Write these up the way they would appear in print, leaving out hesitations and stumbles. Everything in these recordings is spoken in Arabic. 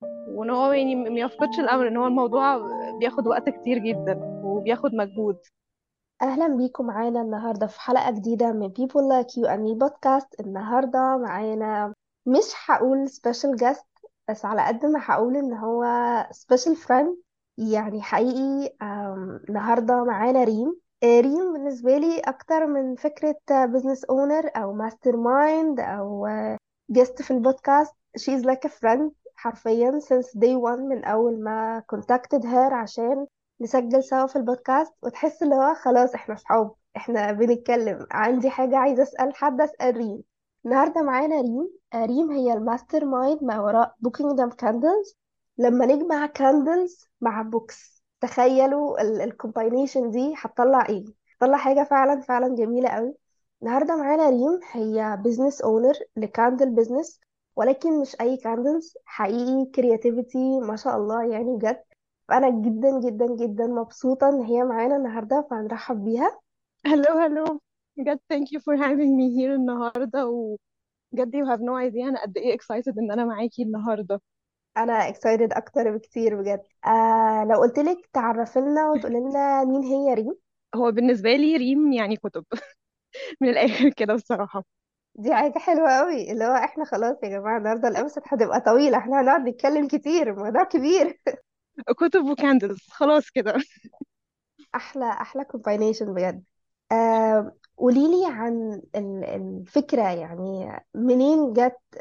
وان هو يعني ما يفقدش الامل ان هو الموضوع بياخد وقت كتير جدا وبياخد مجهود. أهلا بيكم معانا النهاردة في حلقة جديدة من People Like You and Me podcast. النهاردة معانا مش هقول special guest، بس على قد ما هقول إن هو special friend. يعني حقيقي النهاردة معانا ريم. ريم بالنسبة لي أكتر من فكرة business owner أو master mind أو guest في البودكاست. she is like a friend حرفيا since day one، من أول ما contacted her عشان نسجل سوا في البودكاست، وتحس اللي هو خلاص احنا صحاب، احنا بنتكلم عندي حاجة عايزة اسأل حد، اسأل ريم. النهاردة معانا ريم. ريم هي الماستر مايند ما وراء بوكينج دام كاندلز. لما نجمع كاندلز مع بوكس، تخيلوا الكومباينيشن دي هتطلع ايه؟ هتطلع حاجة فعلا فعلا جميلة قوي. النهاردة معانا ريم، هي بيزنس اونر لكاندل بيزنس، ولكن مش اي كاندلز، حقيقي كرياتيفيتي ما شاء الله يعني بجد. فأنا جدا جدا جدا مبسوطة إن هي معانا النهاردة، فهنرحب بيها. هلو هلو، بجد thank you for having me here النهارده. وبجد you have no idea انا قد ايه excited ان انا معاكي النهارده. أنا excited أكتر بكتير بجد. لو قلتلك تعرفي لنا وتقولي لنا مين هي ريم. هو بالنسبه لي ريم يعني كتب من الاخر كده بصراحه. دي حاجة حلوة قوي، اللي هو احنا خلاص يا جماعة النهاردة الأبسط هتبقى طويلة، احنا هنقعد نتكلم كتير، الموضوع كبير. كتب وكاندلز خلاص كده. أحلى أحلى كومباينيشن بجد. قوليلي عن الفكرة، يعني منين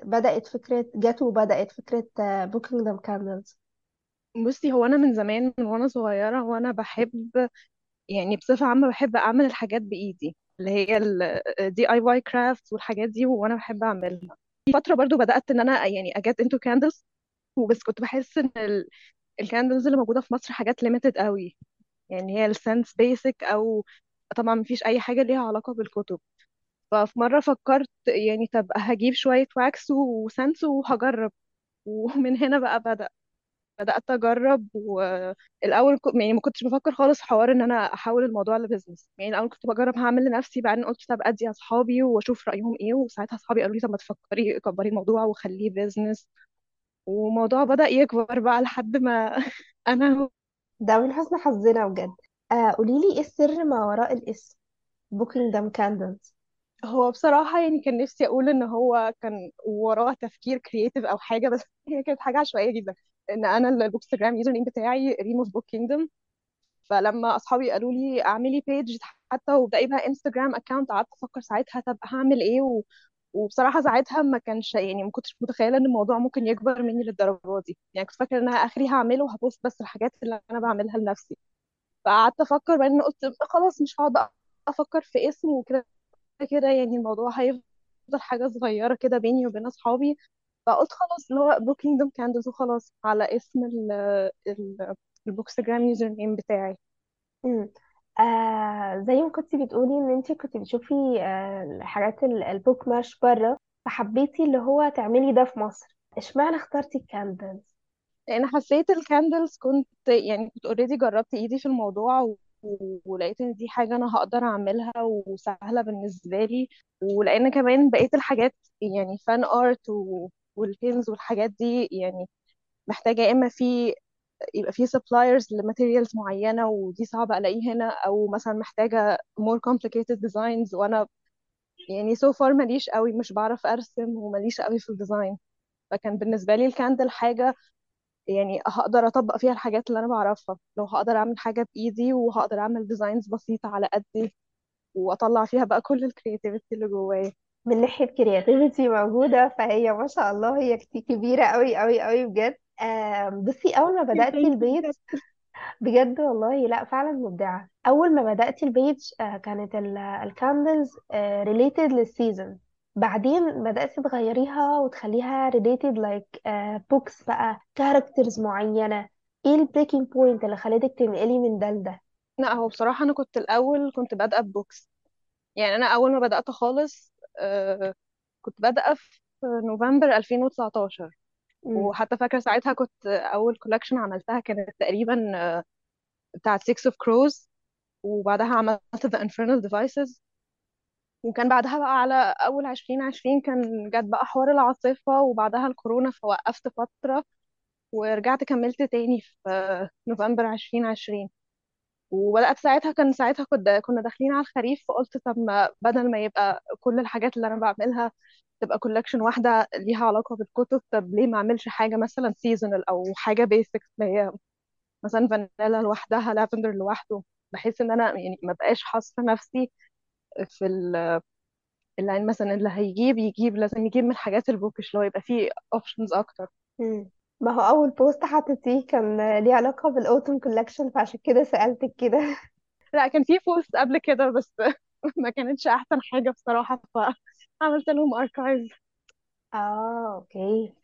جت وبدأت فكرة بوكينج دام كاندلز. بصي، هو انا من زمان من وانا صغيره وانا بحب، يعني بصفه عامه بحب اعمل الحاجات بايدي اللي هي الدي اي واي كرافت والحاجات دي، وانا بحب اعملها. في فتره برضو بدات ان انا يعني اجت انتو كاندلز، وبس كنت بحس ان الكاندلز اللي موجوده في مصر حاجات ليميتد قوي. يعني هي السنس بيسك، او طبعا مفيش اي حاجه ليها علاقه بالكتب. ففي مره فكرت يعني طب هجيب شويه واكس وسنس وهجرب. ومن هنا بقى بدات اجرب. والاول يعني ما كنتش بفكر خالص في حوار ان انا احول الموضوع لبزنس. يعني الاول كنت بجرب هعمل لنفسي، بعدين قلت طب ادي اصحابي واشوف رايهم ايه، وساعتها اصحابي قالوا لي طب ما تفكري كبري الموضوع وخليه بزنس. وموضوع بدأ يكبر بقى لحد ما انا. ده من حسن حظنا بجد. قوليلي ايه السر ما وراء الاسم بوكينج دام كاندلز. هو بصراحة يعني كان نفسي أقول إن هو كان وراه تفكير كرييتيف أو حاجة، بس هي كانت حاجة عشوائية جدا. إن أنا البوكستجرام يوزر نيم بتاعي ريم اوف بوك كينجدم. فلما أصحابي قالوا لي اعملي بيج حتى وابدأي بقى انستجرام أكاونت، قعدت أفكر ساعتها طب هعمل إيه وبصراحة ساعتها ما كانش، يعني ما كنتش متخيلة إن الموضوع ممكن يكبر مني للدرجة دي. يعني كنت فاكرة إن أنا آخري هعمله وهبوست بس الحاجات اللي أنا بعملها لنفسي. فقعدت أفكر، بعدين قلت خلاص مش هقعد أفكر في اسم وكده كده، يعني الموضوع هيفضل حاجة صغيرة كده بيني وبين أصحابي. فقلت خلاص اللي هو بوكينجدوم كاندلز وخلاص على اسم ال البوكسجرام يوزر نيم بتاعي. مم. زي ما كنتي بتقولي ان انتي كنتي بتشوفي حاجات البوك مارش بره، فحبيتي اللي هو تعملي ده في مصر. اشمعنى اخترتي الكاندلز؟ لأن حسيت الكاندلز كنت يعني كنت اوريدي جربت إيدي في الموضوع ولقيت إن دي حاجة أنا هقدر أعملها وسهلة بالنسبة لي. ولأن كمان بقيت الحاجات يعني فان ارت والبينز والحاجات دي يعني محتاجة يا إما في يبقى في سبلايرز لماتيريالز معينة، ودي صعبة ألاقيه هنا، أو مثلا محتاجة more complicated designs. وأنا يعني so far ماليش قوي، مش بعرف أرسم وماليش قوي في الديزاين. فكان بالنسبة لي الكاندل حاجة يعني هقدر أطبق فيها الحاجات اللي أنا بعرفها، لو هقدر أعمل حاجة بإيدي وهقدر أعمل ديزاينز بسيطة على قدي وأطلع فيها بقى كل الكرياتيفيتي اللي جوايا. من ناحية كرياتيفيتي موجودة، فهي ما شاء الله هي كبيرة قوي قوي قوي بجد. بصي اول ما بدأتي Thank you البيج، بجد. بجد والله لا فعلا مبدعة. أول ما بدأت البيج كانت الكاندلز ريليتد للسيزون، بعدين بدأت تغيريها وتخليها ريليتد لايك بوكس بقى كاركترز معينة. ايه البريكنج بوينت اللي خلتك تنقلي من ده لده؟ لا هو بصراحة أنا كنت الأول كنت بادئة ببوكس. يعني أنا أول ما بدأت خالص كنت بادئة في نوفمبر 2019. مم. وحتى فاكرة ساعتها كنت أول كولكشن عملتها كانت تقريبا بتاعة Six of Crows. وبعدها عملت The Infernal Devices. وكان بعدها بقى على أول 2020 كان جت بقى حوار العاصفة وبعدها الكورونا فوقفت فترة. ورجعت كملت تاني في نوفمبر 2020. وبدأت ساعتها، كان ساعتها كنا داخلين على الخريف، فقلت طب ما بدل ما يبقى كل الحاجات اللي انا بعملها تبقى كولكشن واحدة ليها علاقة بالكتب، طب ليه ما اعملش حاجة مثلا سيزونال او حاجة بيسك، اللي هي مثلا فانيلا لوحدها، لافندر لوحده، بحيث ان انا يعني ما بقاش حاصره نفسي في اللي مثلا اللي هيجيب يجيب لازم يجيب من الحاجات البوكش، اللي هو يبقى فيه اوبشنز اكتر. مم. ما هو اول بوست حطيتيه كان ليه علاقة بالاوتوم كولكشن، فعشان كده سألتك كده. لا، كان في بوست قبل كده بس ما كانتش احسن حاجه بصراحه، فعملت لهم اركايف. اه، اوكي.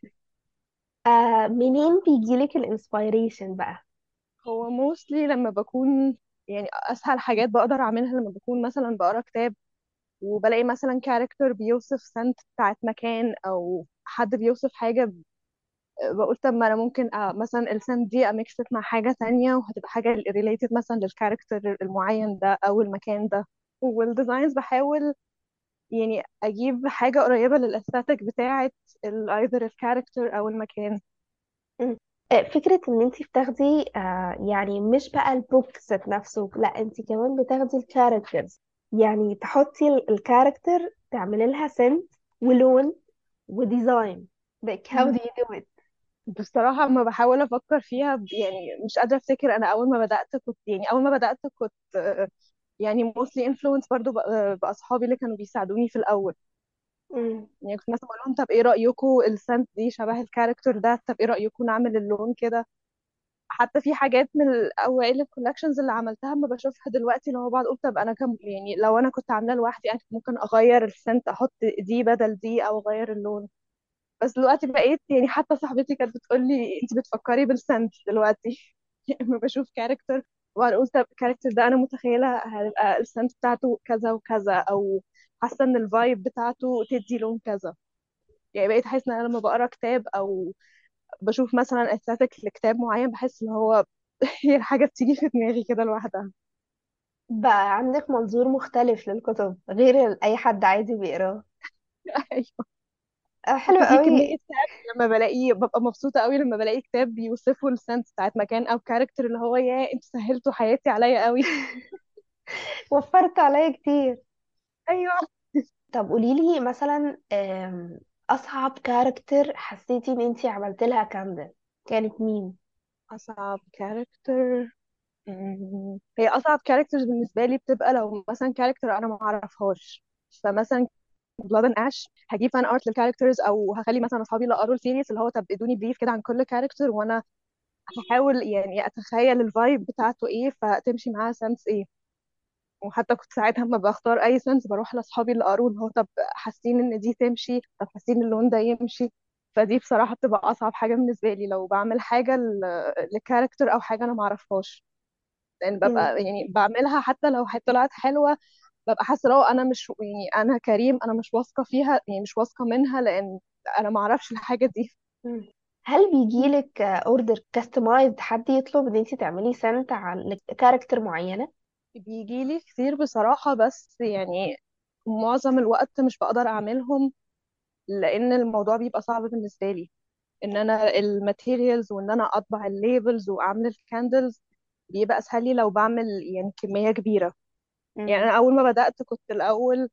منين بيجيلك الانسبيريشن بقى؟ هو موستلي لما بكون، يعني اسهل حاجات بقدر اعملها لما بكون مثلا بقرا كتاب وبلاقي مثلا كاركتر بيوصف سنت بتاعت مكان او حد بيوصف حاجه، بقول طب ما انا ممكن مثلا السنت دي اميكس مع حاجه تانية وهتبقى حاجه ريليتد مثلا للكاركتر المعين ده او المكان ده. والديزاينز بحاول يعني اجيب حاجه قريبه للاستاتيك بتاعه ايذر الكاركتر او المكان. مم. فكرة ان انتي بتاخدي يعني مش بقى البوك ذات نفسه، لا انتي كمان بتاخدي الكاركترز، يعني تحطي الكاركتر تعملي لها سنت ولون وديزاين. like how مم. do you do it؟ بصراحه لما بحاول افكر فيها يعني مش قادره افتكر. انا اول ما بدات كنت يعني mostly influence برضو باصحابي اللي كانوا بيساعدوني في الاول. مم. يعني كنت مثلا بقول لهم طب ايه رايكم السنت دي شبه الكاركتر ده، طب ايه رايكم نعمل اللون كده. حتى في حاجات من اوائل الكولكشنز اللي عملتها اما بشوفها دلوقتي، اللي هو بعد قلت طب انا كم يعني لو انا كنت عاملاه لوحدي انا كنت ممكن اغير السنت، احط دي بدل دي او اغير اللون. بس دلوقتي بقيت يعني حتى صاحبتي كانت بتقول لي انت بتفكري بالسنت دلوقتي. لما بشوف كاركتر وبعد اقول طب الكاركتر ده انا متخيله هيبقى السنت بتاعته كذا وكذا، او حاسه ان الفايب بتاعته تدي لون كذا. يعني بقيت احس ان انا لما بقرا كتاب او بشوف مثلا استاتيك لكتاب معين بحس ان هو هي الحاجه بتيجي في دماغي كده لوحدها. بقى عندك منظور مختلف للكتب غير اي حد عادي بيقراه. ايوه. حلو حتى في كميه قوي. كتاب لما بلاقيه ببقى مبسوطه قوي لما بلاقي كتاب بيوصفوا السنس بتاعت مكان او كاركتر، اللي هو يا انتوا سهلتوا حياتي عليا قوي. وفرت عليا كتير. ايوه. طب قوليلي مثلا، اصعب كاركتر حسيتي ان انتي عملت لها كامل كانت مين؟ اصعب كاركتر، هي اصعب كاركترز بالنسبه لي بتبقى لو مثلا كاركتر انا ما اعرفهاش. فمثلا بلاد اند اش هجيب فان ارت للكاركترز، او هخلي مثلا اصحابي اللي قروا السيريس اللي هو طب ادوني بريف كده عن كل كاركتر، وانا هحاول يعني اتخيل الفايب بتاعته ايه فتمشي معاه سنس ايه. وحتى كنت ساعتها لما بختار اي سنس بروح لاصحابي اللي قروا اللي هو طب حاسين ان دي تمشي، طب حاسين اللون ده يمشي. فدي بصراحة بتبقى أصعب حاجة بالنسبة لي لو بعمل حاجة لكاركتر أو حاجة أنا معرفهاش. لأن مم. ببقى يعني بعملها حتى لو طلعت حلوة ببقى حاسة لو أنا مش يعني أنا كريم أنا مش واثقة فيها، يعني مش واثقة منها لأن أنا معرفش الحاجة دي. مم. هل بيجيلك اوردر كاستمايزد، حد يطلب ان انتي تعملي سنت على كاركتر معينة؟ بيجي لي كتير بصراحة، بس يعني معظم الوقت مش بقدر أعملهم لأن الموضوع بيبقى صعب بالنسبة لي. إن أنا الماتيريالز وإن أنا أطبع الليبلز وأعمل الكاندلز بيبقى أسهل لي لو بعمل يعني كمية كبيرة. يعني مم. أنا أول ما بدأت كنت الأول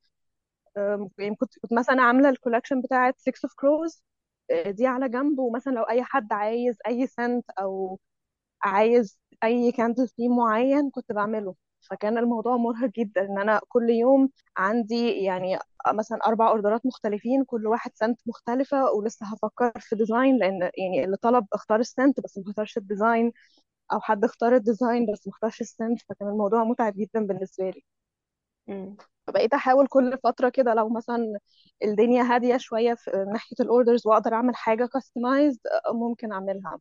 يعني كنت مثلا عاملة الكولكشن بتاعة 6 اوف كروز دي على جنب، ومثلا لو أي حد عايز أي سنت أو عايز اي كاندل ثيم معين كنت بعمله. فكان الموضوع مرهق جدا ان انا كل يوم عندي يعني مثلا 4 اوردرات مختلفين كل واحد سنت مختلفة، ولسه هفكر في ديزاين لان يعني اللي طلب اختار السنت بس ما اختارش الديزاين، او حد اختار الديزاين بس ما اختارش السنت، فكان الموضوع متعب جدا بالنسبة لي. مم. فبقيت احاول كل فترة كده لو مثلا الدنيا هادية شوية في ناحية الاوردرز واقدر اعمل حاجة كاستمايزد ممكن اعملها.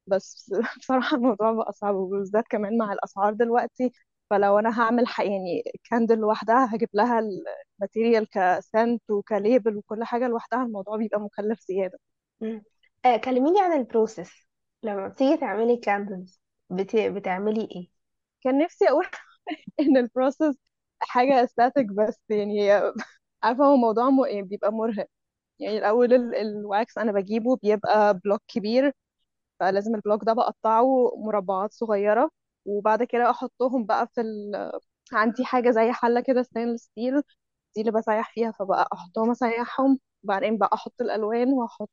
بس بصراحة الموضوع بقى صعب وبالذات كمان مع الأسعار دلوقتي. فلو أنا هعمل يعني كاندل لوحدها هجيب لها الماتيريال كسنت وكليبل وكل حاجة لوحدها، الموضوع بيبقى مكلف زيادة. مم. كلميني عن البروسيس لما بتيجي تعملي كاندلز، بتعملي ايه؟ كان نفسي أقول إن البروسيس حاجة استاتيك بس يعني عارفة هو موضوع يعني بيبقى مرهق. يعني الأول الواكس أنا بجيبه بيبقى بلوك كبير، فلازم البلوك ده بقطعه مربعات صغيرة، وبعد كده احطهم بقى عندي حاجة زي حلة كده ستانلس ستيل، دي اللي بسيح فيها، فبقى احطهم اسيحهم، وبعدين بقى احط الالوان واحط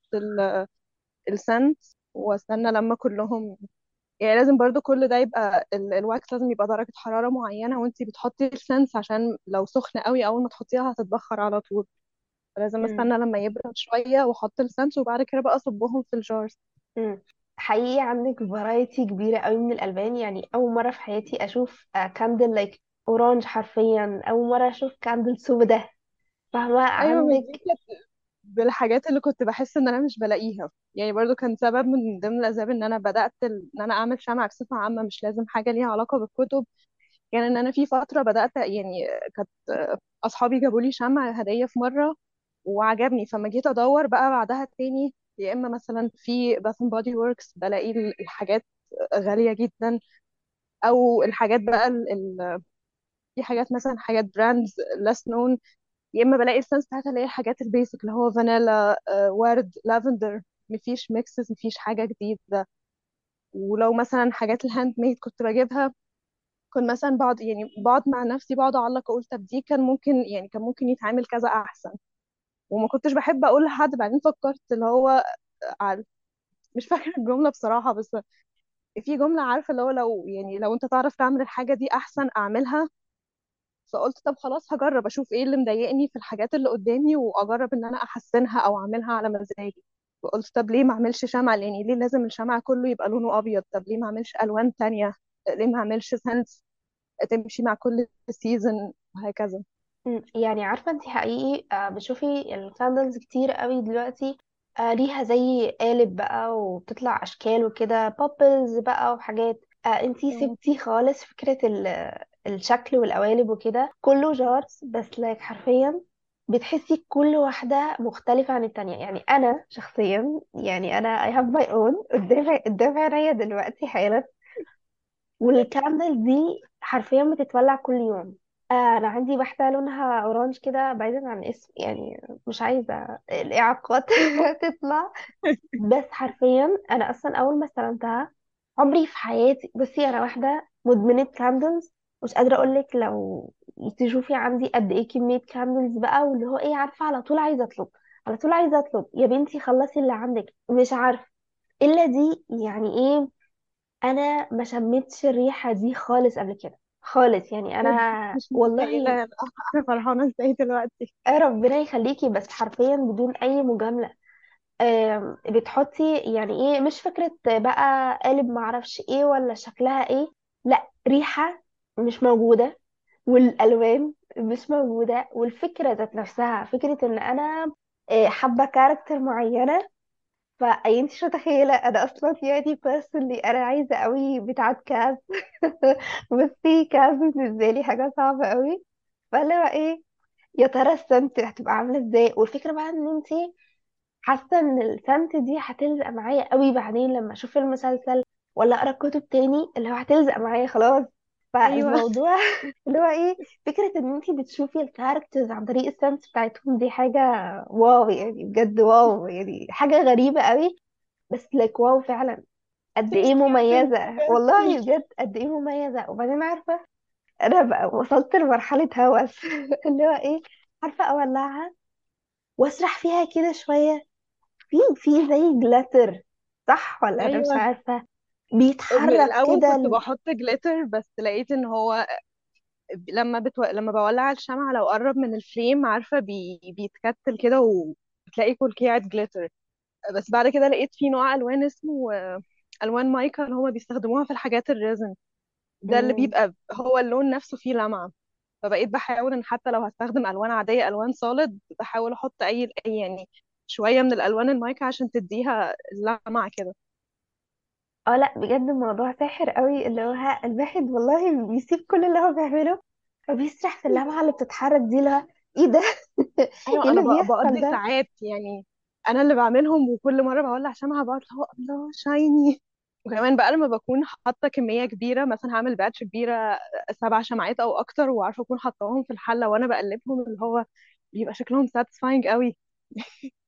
السنت، واستنى لما كلهم، يعني لازم برضو كل ده يبقى الواكس لازم يبقى درجة حرارة معينة وانتي بتحطي السنس، عشان لو سخنة قوي اول ما تحطيها هتتبخر على طول. لازم مم. استنى لما يبرد شوية واحط السنس، وبعد كده بقى اصبهم في الجارز. مم. حقيقي عندك فرايتي كبيرة قوي من الألوان. يعني أول مرة في حياتي أشوف كاندل لايك أورانج، حرفيا أول مرة أشوف كاندل سودة. فاهمة ايوه، ما دي عندك؟ كانت بالحاجات اللي كنت بحس ان انا مش بلاقيها، يعني برضو كان سبب من ضمن الاسباب ان انا بدأت ان انا اعمل شمع بصفة عامة، مش لازم حاجة ليها علاقة بالكتب. يعني ان انا في فترة بدأت، يعني كانت اصحابي جابوا لي شمع هدية في مرة وعجبني، فما جيت ادور بقى بعدها تاني، يا اما مثلا في باث اند بودي وركس بلاقي الحاجات غالية جدا، او الحاجات بقى في حاجات مثلا حاجات براندز less known، يا اما بلاقي السنس بتاعتها اللي هي الحاجات البيسك اللي هو فانيلا، ورد، لافندر، مفيش ميكسز، مفيش حاجة جديدة. ولو مثلا حاجات الهاند ميد كنت بجيبها، كنت مثلا بقعد مع نفسي، بقعد اعلق اقول طب دي كان ممكن، يعني كان ممكن يتعامل كذا احسن، وما كنتش بحب اقول لحد. بعدين فكرت اللي هو عارف، مش فاكره الجمله بصراحه، بس في جمله عارفه اللي هو لو انت تعرف تعمل الحاجه دي احسن اعملها. فقلت طب خلاص هجرب اشوف ايه اللي مضايقني في الحاجات اللي قدامي، واجرب ان انا احسنها او اعملها على مزاجي. وقلت طب ليه ما اعملش شمع، يعني ليه لازم الشمع كله يبقى لونه ابيض؟ طب ليه ما اعملش الوان تانية؟ ليه ما اعملش سنس تمشي مع كل سيزون وهكذا. يعني عارفة انت حقيقي بشوفي الكاندلز كتير قوي دلوقتي ليها زي قالب بقى، وبتطلع اشكال وكده، بابلز بقى وحاجات. انتي مم. سبتي خالص فكرة الشكل والقوالب وكده، كله جارز بس. لايك حرفيا بتحسي كل واحدة مختلفة عن التانية. يعني أنا شخصيا، يعني أنا I have my own قدام عينيا دلوقتي حالا. والكاندل دي حرفيا بتتولع كل يوم. انا عندي واحده لونها اورانج كده، بعيدا عن اسم يعني، مش عايزه الاعاقات تطلع. بس حرفيا انا اصلا اول ما استلمتها، عمري في حياتي، بصي انا واحده مدمنه كاندلز، مش قادره اقول لك. لو تشوفي عندي قد ايه كميه كاندلز بقى، واللي هو ايه، عارفه، على طول عايزه اطلب، على طول عايزه اطلب. يا بنتي خلصي اللي عندك، مش عارفه الا دي يعني ايه. انا ما شميتش الريحه دي خالص قبل كده خالص. يعني انا بجد مش متخيلة والله أنا فرحانة ازاي دلوقتي. ربنا يخليكي، بس حرفيا بدون اي مجامله. بتحطي يعني ايه، مش فكره بقى قالب معرفش ايه ولا شكلها ايه، لا، ريحه مش موجوده، والالوان مش موجوده، والفكره ذات نفسها فكره ان انا حابه كاركتر معينه. فانت مش متخيله انا اصلا يعني بيرسونلي انا عايزه قوي بتاعه كاس. بصي كاس بالنسبه لي حاجه صعبه قوي. فاللي هو ايه، يا ترى السنت هتبقى عامله ازاي؟ والفكره بقى ان انت حاسه ان السنت دي هتلزق معايا قوي بعدين لما اشوف المسلسل ولا اقرا كتب تاني، اللي هو هتلزق معايا خلاص. أيوة. فالموضوع اللي هو ايه، فكره ان انت بتشوفي الكاركترز عن طريق السنس بتاعتهم، دي حاجه واو، يعني بجد واو، يعني حاجه غريبه قوي. بس لايك واو فعلا، قد ايه تسلم تسلم مميزة والله بجد. بجد، قد ايه مميزة. وبعدين عارفة انا بقى وصلت لمرحلة هوس اللي هو ايه، عارفة اولعها واسرح فيها كده شوية، في زي جلاتر، صح ولا انا مش أيوة، عارفة، بيتحرك الأول كده كنت بحط جليتر، بس لقيت إن هو لما بولع الشمعة لو قرب من الفليم عارفة بيتكتل كده، وبتلاقي كلكيعة جليتر. بس بعد كده لقيت في نوع ألوان اسمه ألوان مايكا، اللي هما بيستخدموها في الحاجات الريزن، ده اللي مم. بيبقى هو اللون نفسه فيه لمعة. فبقيت بحاول ان حتى لو هستخدم الوان عاديه، الوان صالد، بحاول احط يعني شويه من الالوان المايكا عشان تديها لمعه كده. اه لا بجد الموضوع ساحر قوي، اللي هو الواحد والله بيسيب كل اللي هو بيعمله فبيسرح في اللمعة اللي بتتحرك دي. لا، ايه ده؟ ايه ايوه، انا اللي بيحصل بقضي ده؟ ساعات، يعني انا اللي بعملهم، وكل مره بولع شمعه بقعد اللي هو الله شايني. وكمان بقى لما بكون حاطه كميه كبيره، مثلا هعمل باتش كبيره 7 شمعات او اكتر، وعارفه اكون حطاهم في الحله وانا بقلبهم، اللي هو بيبقى شكلهم ساتيسفاينج قوي.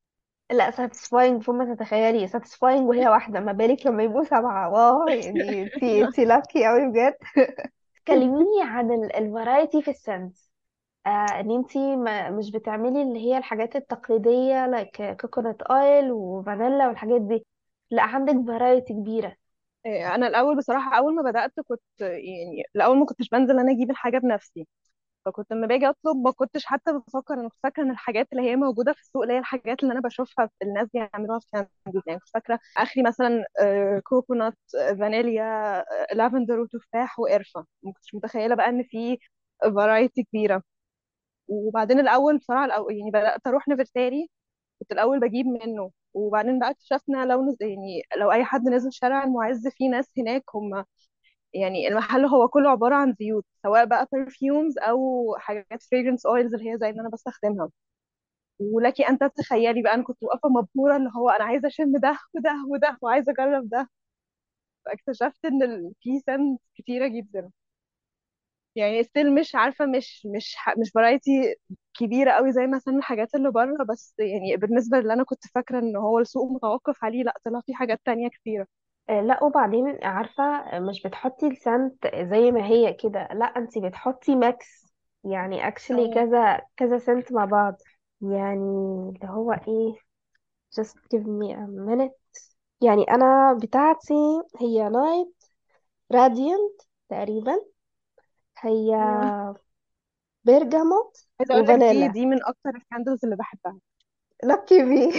لا satisfying فوق ما تتخيلي. satisfying وهي واحدة، ما بالك لما يبقوا سبعة. واو، يعني انتي لاكي اوي بجد. كلميني عن الفرايتي في السنس. ان انتي مش بتعملي اللي هي الحاجات التقليدية like كوكونات اويل وفانيلا والحاجات دي، لا عندك فرايتي كبيرة. انا الاول بصراحه اول ما بدات كنت يعني الاول ما كنتش بنزل انا اجيب الحاجه بنفسي. فكنت لما باجي اطلب ما كنتش حتى بفكر، انا كنت فاكره ان الحاجات اللي هي موجوده في السوق اللي هي الحاجات اللي انا بشوفها في الناس بيعملوها في كاندي، يعني كنت فاكره اخري مثلا كوكونات، فانيليا، لافندر وتفاح وقرفه. ما كنتش متخيله بقى ان في فرايتي كبيره. وبعدين الاول بصراحه يعني بدات اروح نفرتاري. كنت الاول بجيب منه، وبعدين بقى اكتشفنا لو يعني لو اي حد نزل شارع المعز في ناس هناك هم يعني المحل هو كله عباره عن زيوت، سواء بقى برفيومز او حاجات فريجرنس اويلز اللي هي زي اللي انا بستخدمها. ولكن ان تتخيلي بقى انا كنت واقفه مبهوره اللي هو انا عايزه اشم ده وده وده وعايزه اجرب ده. فاكتشفت ان في سنس كتيره جدا. يعني ستيل مش عارفه، مش فرايتي كبيره قوي زي مثلا الحاجات اللي بره، بس يعني بالنسبه اللي انا كنت فاكره ان هو السوق متوقف عليه، لا طلع في حاجات تانية كتيره. لا وبعدين عارفة، مش بتحطي السنت زي ما هي كده، لا انتي بتحطي ماكس، يعني اكشلي اه كذا كذا سنت مع بعض. يعني اللي هو ايه، just give me a minute. يعني انا بتاعتي هي نايت راديانت تقريبا، هي ايوه، بيرجاموت عايزه اقول لك دي وفانيلا. دي من اكتر الكاندلز اللي بحبها. لاكي بي.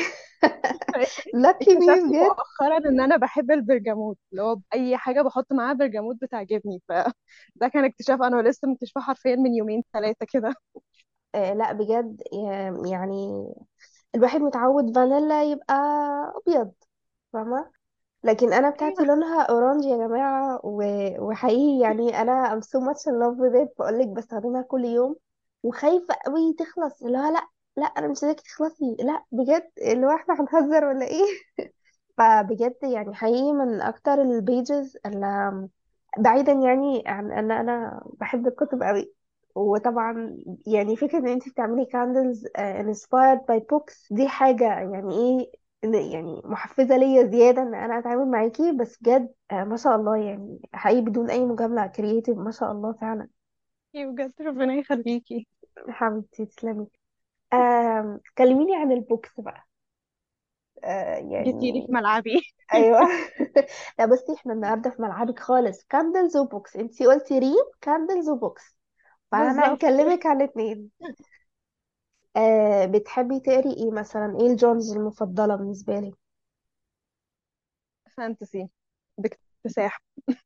لاكي بي اكتشفت بجد. مؤخرا ان انا بحب البرجموت، اللي هو اي حاجه بحط معاها برجموت بتعجبني. فده كان اكتشاف انا لسه مكتشفاه حرفيا من يومين ثلاثه كده. لا بجد، يعني الواحد متعود فانيلا يبقى ابيض، فاهمة؟ لكن انا بتاعتي ايوه، لونها اورانج يا جماعة، وحقيقي يعني انا I'm so much in love with it. بقولك بستخدمها كل يوم، وخايفة قوي تخلص. اللي هو لا، لا انا مش عايزاكي تخلصي، لا بجد اللي هو احنا هنهزر ولا ايه؟ فبجد يعني حقيقي من اكتر البيجز اللي، بعيدا يعني عن ان انا بحب الكتب قوي، وطبعا يعني فكرة ان انت بتعملي كاندلز inspired by books دي حاجة يعني ايه، يعني محفزة ليا زيادة ان انا اتعامل معاكي. بس بجد ما شاء الله، يعني حقيقي بدون اي مجاملة كرييتيف ما شاء الله فعلا. ايوه بجد ربنا يخليكي. حبيبتي تسلمي. كلميني عن البوكس بقى. جيتيلي يعني في ملعبي. ايوه. لا بصي، احنا النهارده في ملعبك خالص، كاندلز وبوكس. انتي قلتي ريم كاندلز وبوكس، فانا بالظبط. هكلمك عن الاتنين. بتحبي تقري ايه مثلا؟ ايه الجونز المفضله بالنسبه لك؟ فانتسي باكتساح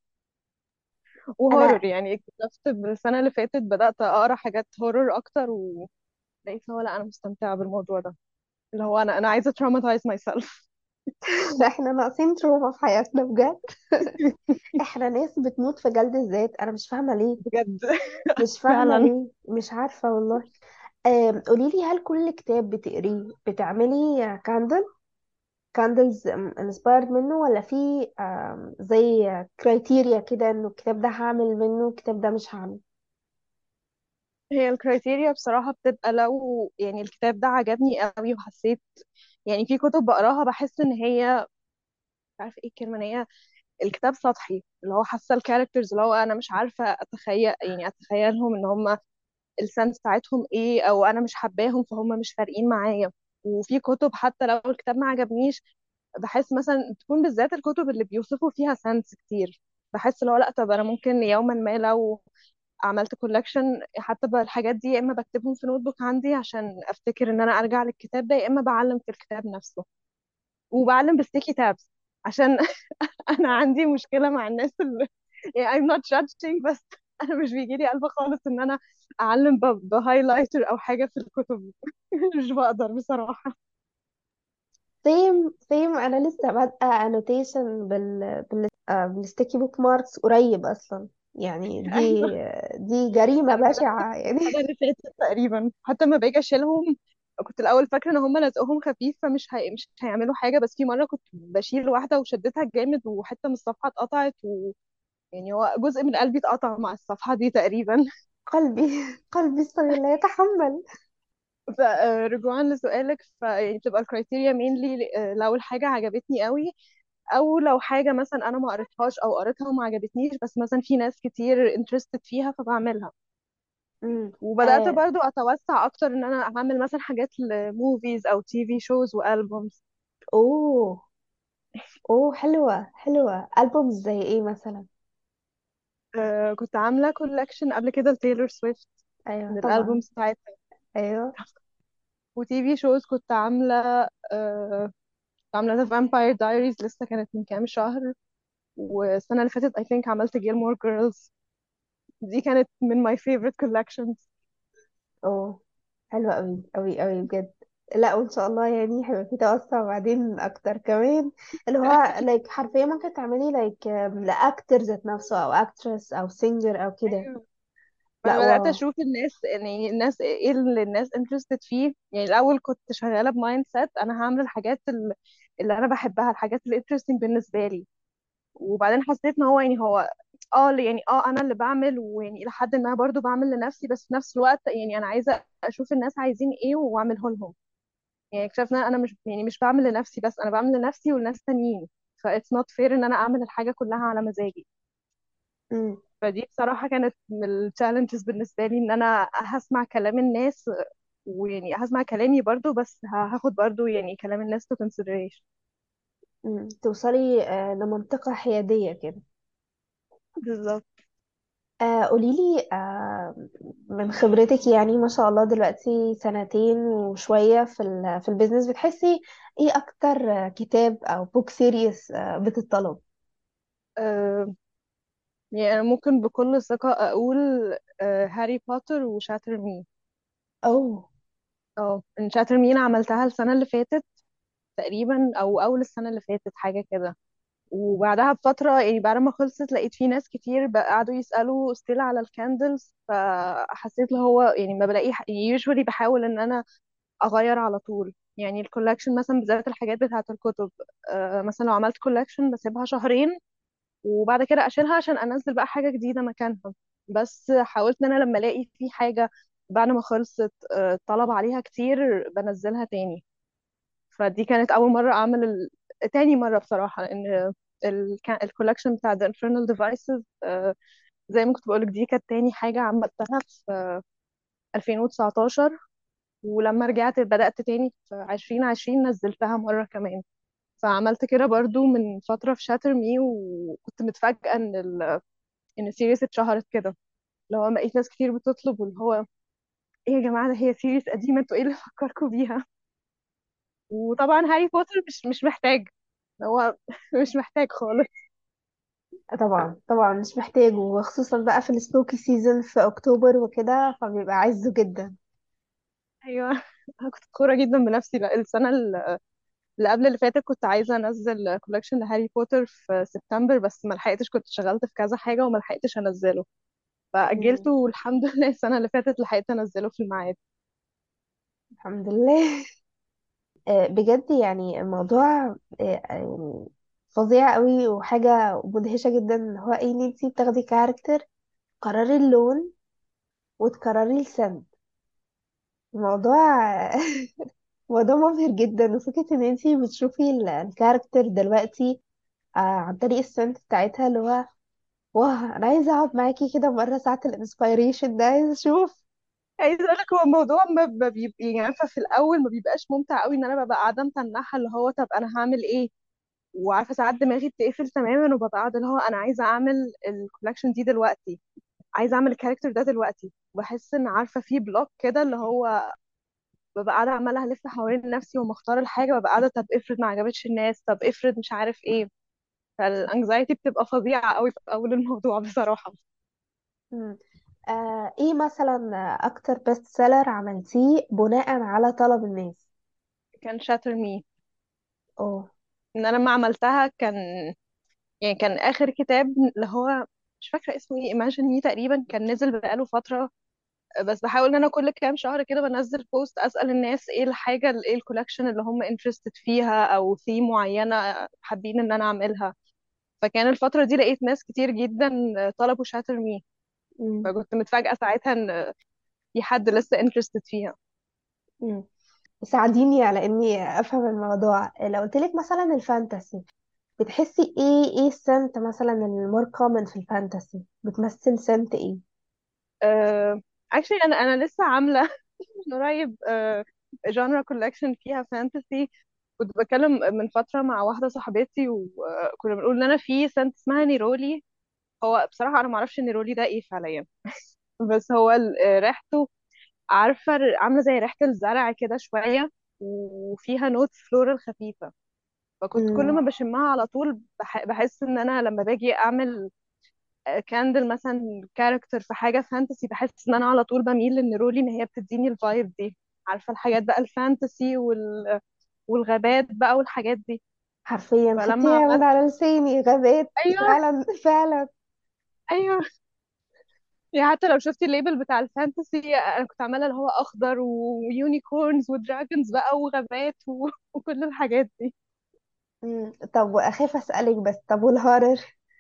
انا وهورر. يعني اكتشفت السنه اللي فاتت بدات اقرا حاجات هورر اكتر، ولقيت هو لا انا مستمتعه بالموضوع ده، اللي هو انا عايزه traumatize myself. احنا ناقصين تروما في حياتنا بجد. احنا ناس بتموت في جلد الذات، انا مش فاهمه ليه. بجد. مش فاهمه فعلا. ليه، مش عارفه والله. قوليلي، هل كل كتاب بتقريه بتعملي كاندلز انسبايرد منه، ولا في زي كرايتيريا كده انه الكتاب ده هعمل منه، الكتاب ده مش هعمل؟ هي الكرايتيريا بصراحة بتبقى لو يعني الكتاب ده عجبني قوي وحسيت، يعني في كتب بقراها بحس ان هي مش عارفة ايه الكلمة، ان هي الكتاب سطحي، اللي هو حاسة الكاركترز اللي هو انا مش عارفة اتخيل، يعني اتخيلهم ان هم السنس بتاعتهم ايه، او انا مش حباهم فهم مش فارقين معايا. وفي كتب حتى لو الكتاب ما عجبنيش بحس مثلا تكون بالذات الكتب اللي بيوصفوا فيها سنس كتير، بحس اللي هو لا طب انا ممكن يوما ما لو عملت كولكشن حتى بقى الحاجات دي، يا اما بكتبهم في نوت بوك عندي عشان افتكر ان انا ارجع للكتاب ده، يا اما بعلم في الكتاب نفسه. وبعلم بستيكي تابس عشان انا عندي مشكله مع الناس اللي يعني I'm not judging، بس انا مش بيجي لي قلب خالص ان انا اعلم بهايلايتر او حاجه في الكتب. مش بقدر بصراحه. سيم سيم، انا لسه بادئه انوتيشن بالستيكي بوك ماركس قريب اصلا. يعني دي ايوه، دي جريمه انا بدات بشعه يعني. السنه اللي فاتت تقريبا، حتى ما باجي اشيلهم كنت الاول فاكره ان هم لازقهم خفيف مش هيعملوا حاجه، بس في مره كنت بشيل واحده وشدتها جامد وحته من الصفحه اتقطعت، ويعني هو جزء من قلبي اتقطع مع الصفحه دي تقريبا. قلبي قلبي الصغير لا يتحمل. فرجوعا لسؤالك، يعني بتبقى الكرايتيريا مينلي لو الحاجة عجبتني قوي، او لو حاجة مثلا انا ما قريتهاش او قريتها وما عجبتنيش، بس مثلا في ناس كتير interested فيها فبعملها. امم. وبدأت برضو اتوسع اكتر ان انا اعمل مثلا حاجات لموفيز او تي في شوز والبومز. اوه. اوه، حلوة حلوة. ألبومز زي ايه مثلا؟ كنت عاملة كولكشن قبل كده لتايلور سويفت ايوه من طبعا. الالبومز بتاعتها. ايوه. وتي في شوز كنت عاملة عاملة ذا فامباير دايريز، لسه كانت من كام شهر. والسنة اللي فاتت I think عملت جيلمور جيرلز، دي كانت من my favorite collections. اوه، حلوة قوي قوي قوي بجد. لا، وان شاء الله يعني هيبقى في توسع بعدين اكتر كمان، اللي هو لايك حرفيا ممكن تعملي لايك لاكتر ذات نفسه او اكترس او سينجر او كده. ايوه، لا، انا بدات واو. اشوف الناس، يعني الناس ايه اللي الناس interested فيه. يعني الاول كنت شغاله بمايند سيت انا هعمل الحاجات اللي انا بحبها، الحاجات اللي interesting بالنسبه لي. وبعدين حسيت ان هو يعني هو يعني انا اللي بعمل، ويعني الى حد ما برضو بعمل لنفسي، بس في نفس الوقت يعني انا عايزه اشوف الناس عايزين ايه واعمله لهم. يعني اكتشفت ان انا مش بعمل لنفسي بس، انا بعمل لنفسي ولناس تانيين. ف it's not fair ان انا اعمل الحاجه كلها على مزاجي. امم. فدي بصراحة كانت من التشالنجز بالنسبة لي، ان انا هسمع كلام الناس، ويعني هسمع كلامي برضو، بس هاخد برضو يعني كلام الناس to consideration. توصلي لمنطقة حيادية كده. بالظبط. قوليلي، من خبرتك يعني ما شاء الله دلوقتي سنتين وشوية في البيزنس، بتحسي ايه اكتر كتاب او بوك سيريس بتطلب؟ أه يعني انا ممكن بكل ثقة اقول هاري بوتر وشاتر مي. اوه. اه، ان شاتر مي انا عملتها السنة اللي فاتت تقريبا، او اول السنة اللي فاتت حاجة كده. وبعدها بفترة يعني بعد ما خلصت لقيت في ناس كتير بقى قعدوا يسألوا ستيل على الكاندلز، فحسيت اللي هو يعني ما بلاقي يوجوالي بحاول ان انا اغير على طول. يعني الكولكشن مثلا بالذات الحاجات بتاعه الكتب، مثلا لو عملت كولكشن بسيبها شهرين وبعد كده اشيلها عشان انزل بقى حاجه جديده مكانها. بس حاولت ان انا لما الاقي في حاجه بعد ما خلصت طلب عليها كتير بنزلها تاني. فدي كانت اول مره اعمل تاني مره بصراحه، لان الكولكشن بتاع The Infernal Devices زي ما كنت بقولك دي كانت تاني حاجه عملتها في 2019. ولما رجعت بدأت تاني في 2020 نزلتها مرة كمان. فعملت كده برضو من فترة في شاتر مي، وكنت متفاجئة ان السيريز اتشهرت كده. اللي هو لقيت ناس كتير بتطلب، واللي هو ايه يا جماعة ده هي سيريز قديمة، انتوا ايه اللي فكركم بيها؟ وطبعا هاري بوتر مش محتاج، هو مش محتاج خالص. طبعا طبعا مش محتاجه، وخصوصا بقى في السبوكي سيزون في اكتوبر وكده فبيبقى عايزه جدا. ايوه. انا كنت فخورة جدا بنفسي بقى. السنة اللي قبل اللي فاتت كنت عايزة انزل كولكشن لهاري بوتر في سبتمبر، بس ما لحقتش، كنت شغلت في كذا حاجة وما لحقتش انزله. مم. فأجلته والحمد لله السنة اللي فاتت لحقت أنزله في الميعاد. الحمد لله. بجد يعني الموضوع يعني فظيع قوي، وحاجة مدهشة جدا ان هو ايه ان انتي بتاخدي كاركتر، قرري اللون وتكرري السن. الموضوع موضوع مبهر جدا، وفكرة ان انتي بتشوفي الكاركتر دلوقتي عن طريق السنت بتاعتها، اللي هو واه، انا عايزة اقعد معاكي كده مرة ساعة الانسبيريشن ده، عايزة اشوف. عايزة أقول لك هو الموضوع ما بيبقى يعني عارفة في الأول ما بيبقاش ممتع قوي، إن أنا ببقى قاعدة متنحة اللي هو طب أنا هعمل إيه. وعارفة ساعات دماغي بتقفل تماما وببقى قاعدة اللي هو أنا عايزة أعمل الكولكشن دي دلوقتي، عايزة أعمل الكاركتر ده دلوقتي. بحس إن عارفة في بلوك كده اللي هو ببقى قاعدة عمالة ألف حوالين نفسي ومختار الحاجة، ببقى قاعدة طب افرض ما عجبتش الناس، طب افرض مش عارف إيه. فالانكزايتي بتبقى فظيعة قوي في أول الموضوع بصراحة. مم. ايه مثلا اكتر بيست سيلر عملتيه بناء على طلب الناس؟ كان شاتر مي. اوه. ان انا لما عملتها كان يعني كان اخر كتاب اللي هو مش فاكره اسمه ايه، Imagine Me تقريبا، كان نزل بقاله فتره. بس بحاول ان انا كل كام شهر كده بنزل بوست اسال الناس ايه الحاجه، ايه الكولكشن اللي هم انترستد فيها او ثيم معينه حابين ان انا اعملها. فكان الفتره دي لقيت ناس كتير جدا طلبوا شاتر مي. مم. فكنت متفاجئه ساعتها ان في حد لسه انترستد فيها. مم. ساعديني على اني افهم الموضوع. لو قلت لك مثلا الفانتسي، بتحسي ايه السنت مثلا المور كومن في الفانتسي؟ بتمثل سنت ايه؟ اكشلي انا لسه عامله من قريب جانرا كولكشن فيها فانتسي. كنت بتكلم من فتره مع واحده صاحبتي وكنا بنقول ان انا في سنت اسمها نيرولي. هو بصراحه انا ما اعرفش النيرولي ده ايه فعليا، بس هو ريحته، عارفه عامله زي ريحه الزرع كده شويه، وفيها نوت فلورال خفيفه. فكنت كل مم. ما بشمها على طول بحس ان انا لما باجي اعمل كاندل مثلا كاركتر في حاجه فانتسي، بحس ان انا على طول بميل للنيرولي، ان هي بتديني الفايب دي. عارفه الحاجات بقى الفانتسي والغابات بقى والحاجات دي. حرفيا فلما خدتيها من عملت، على لساني، غابات. ايوه فعلا فعلا. ايوه، يعني حتى لو شفتي الليبل بتاع الفانتسي انا كنت عامله اللي هو اخضر ويونيكورنز ودراجونز بقى وغابات وكل الحاجات دي. طب واخاف اسالك بس، طب والهارر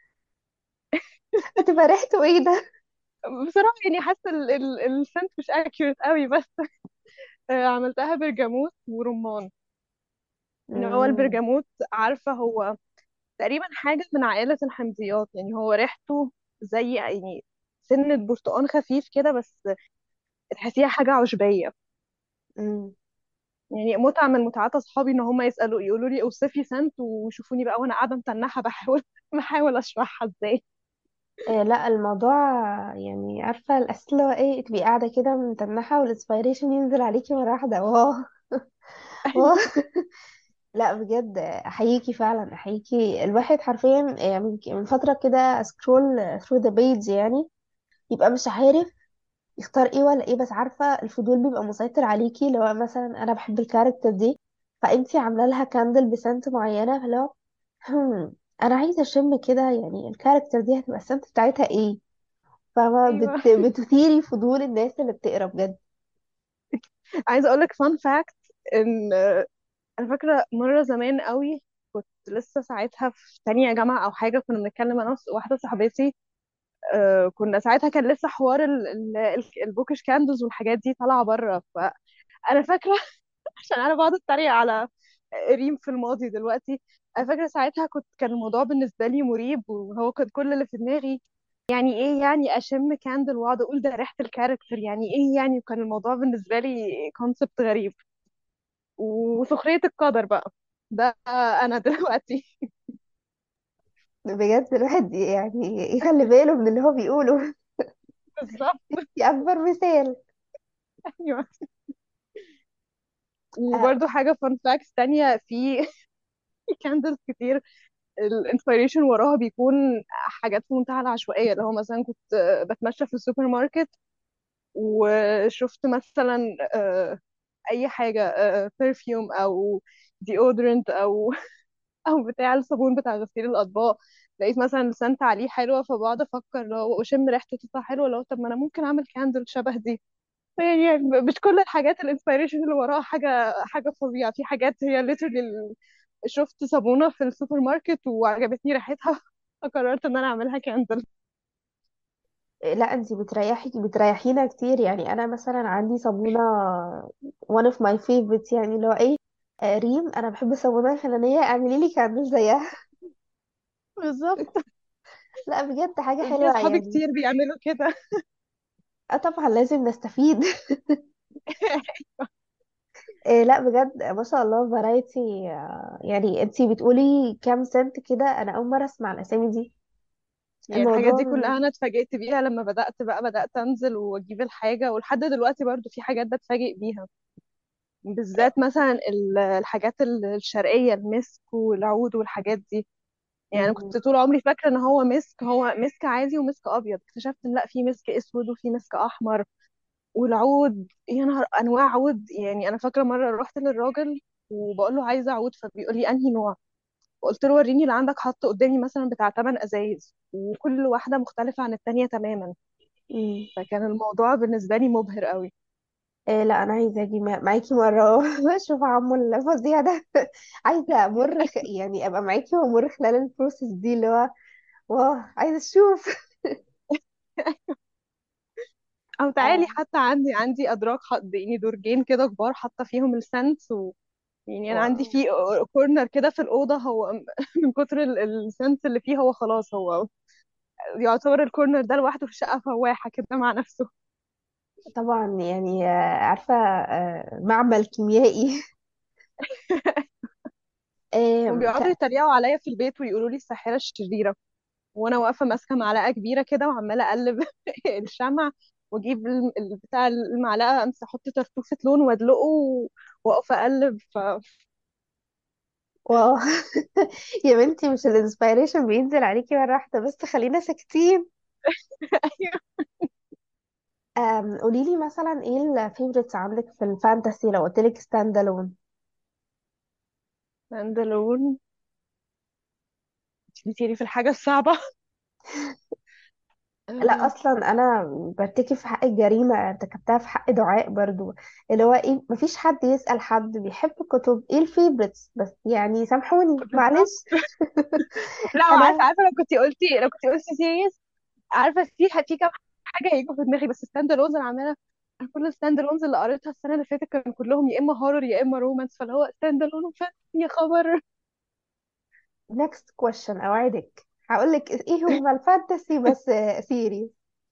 هتبقى ريحته ايه ده؟ بصراحه يعني حاسه السنت مش اكيوريت قوي، بس عملتها برجموت ورمان. ان هو مم. البرجموت، عارفه هو تقريبا حاجة من عائلة الحمضيات، يعني هو ريحته زي يعني سنة برتقان خفيف كده، بس تحسيها حاجة عشبية. مم. يعني متعة من متعات أصحابي إن هم يقولوا لي أوصفي سنت، ويشوفوني بقى وأنا قاعدة متنحة بحاول بحاول أشرحها إزاي. لا الموضوع، يعني عارفة الأساس اللي هو ايه، تبقي قاعدة كده متنحة والإنسبيريشن ينزل عليكي مرة واحدة، واو. واو. لا بجد أحييكي، فعلا أحييكي. الواحد حرفيا من فترة كده سكرول through the page يعني، يبقى مش عارف يختار ايه ولا ايه، بس عارفة الفضول بيبقى مسيطر عليكي. لو مثلا أنا بحب الكاركتر دي، فانتي عاملة لها كاندل بسنت معينة، فلو هم أنا عايزة أشم كده، يعني الكاركتر دي هتبقى السنت بتاعتها ايه؟ فما أيوه. بتثيري فضول الناس اللي بتقرا بجد. عايزة أقول لك فان فاكت، إن أنا فاكرة مرة زمان قوي، كنت لسه ساعتها في تانية جامعة أو حاجة، كنا بنتكلم أنا وواحدة صاحبتي. كنا ساعتها كان لسه حوار البوكش كاندلز والحاجات دي طالعة بره. فأنا فاكرة عشان انا بقعد اتريق على ريم في الماضي دلوقتي. انا فاكره ساعتها كان الموضوع بالنسبه لي مريب، وهو كان كل اللي في دماغي يعني ايه يعني اشم كاندل واقعد اقول ده ريحه الكاركتر يعني ايه يعني. وكان الموضوع بالنسبه لي كونسبت غريب وسخريه القدر بقى. ده انا دلوقتي. بجد الواحد يعني يخلي باله من اللي هو بيقوله. بالظبط. دي اكبر مثال. ايوه. آه، وبرده حاجه فان فاكس تانية في كاندلز كتير الانسبيريشن وراها بيكون حاجات في منتهى العشوائيه. اللي هو مثلا كنت بتمشى في السوبر ماركت وشفت مثلا اي حاجه برفيوم او ديودرنت او بتاع الصابون بتاع غسيل الاطباق، لقيت مثلا السنت عليه حلوه، فبقعد افكر لو اشم ريحته تطلع حلوه، لو طب ما انا ممكن اعمل كاندل شبه دي. يعني مش كل الحاجات الانسبيريشن اللي وراها حاجه فظيعه. في حاجات هي literally شفت صابونه في السوبر ماركت وعجبتني ريحتها فقررت ان انا اعملها كاندل. لا انتي بتريحينا كتير. يعني انا مثلا عندي صابونة one of my favorites، يعني اللي هو ايه، ريم انا بحب الصابونة الفلانية، اعملي لي كاندل زيها. بالظبط. لا بجد حاجة في حلوة اصحابي يعني. كتير بيعملوا كده. اه طبعا لازم نستفيد. لا بجد ما شاء الله فرايتي. يعني انتي بتقولي كام سنت كده، انا اول مرة اسمع الاسامي دي. يعني الحاجات دي الموضوع كلها انا اتفاجئت بيها لما بدأت انزل واجيب الحاجة، ولحد دلوقتي برضو في حاجات بتفاجئ بيها. بالذات مثلا الحاجات الشرقية، المسك والعود والحاجات دي. يعني انا مم. كنت طول عمري فاكرة ان هو مسك عادي ومسك ابيض، اكتشفت ان لا، في مسك اسود وفي مسك احمر. والعود يا نهار انواع عود. يعني انا فاكرة مرة رحت للراجل وبقول له عايزة عود، فبيقول لي انهي نوع. وقلت له وريني اللي عندك. حط قدامي مثلا بتاع 8 ازايز وكل واحده مختلفه عن التانية تماما. مم. فكان الموضوع بالنسبه لي مبهر قوي. لا انا عايزه اجي معاكي مره اشوف عمو الفظيع ده. عايزه امر يعني ابقى معاكي وامر خلال البروسيس دي، اللي هو واو عايزه اشوف. او تعالي آه. حتى عندي ادراج يعني درجين كده كبار حاطه فيهم السنس يعني انا عندي واو. في كورنر كده في الاوضه هو من كتر السنس اللي فيه هو خلاص هو يعتبر الكورنر ده لوحده في الشقه فواحه كده مع نفسه. طبعا يعني عارفة معمل كيميائي. وبيقعدوا يتريقوا عليا في البيت ويقولوا لي الساحره الشريره، وانا واقفه ماسكه معلقه كبيره كده وعماله اقلب الشمع، واجيب بتاع المعلقه امسك احط ترتوفه لون وادلقه واقف اقلب واو. يا بنتي مش الانسبيريشن بينزل عليكي مرة واحدة بس، خلينا ساكتين. قوليلي مثلا ايه الفيفوريتس عندك في الفانتسي لو قلتلك ستاند الون؟ عندلون. بتيجي في الحاجه الصعبه. لا آه، اصلا انا برتكب في حق الجريمه ارتكبتها في حق دعاء برضو، اللي هو ايه، مفيش حد يسأل حد بيحب الكتب ايه الفيفوريتس، بس يعني سامحوني بالظبط. معلش. لا انا عارفه لو كنتي قلتي سيريس، عارفه في كام حاجه هيجوا في دماغي، بس ستاند الونز انا عماله، أنا كل الستاند الونز اللي قريتها السنه اللي فاتت كانوا كلهم يا اما هورر يا اما رومانس، فاللي هو ستاند الون يا خبر. next question اوعدك هقولك ايه هما الفانتسي بس سيريز،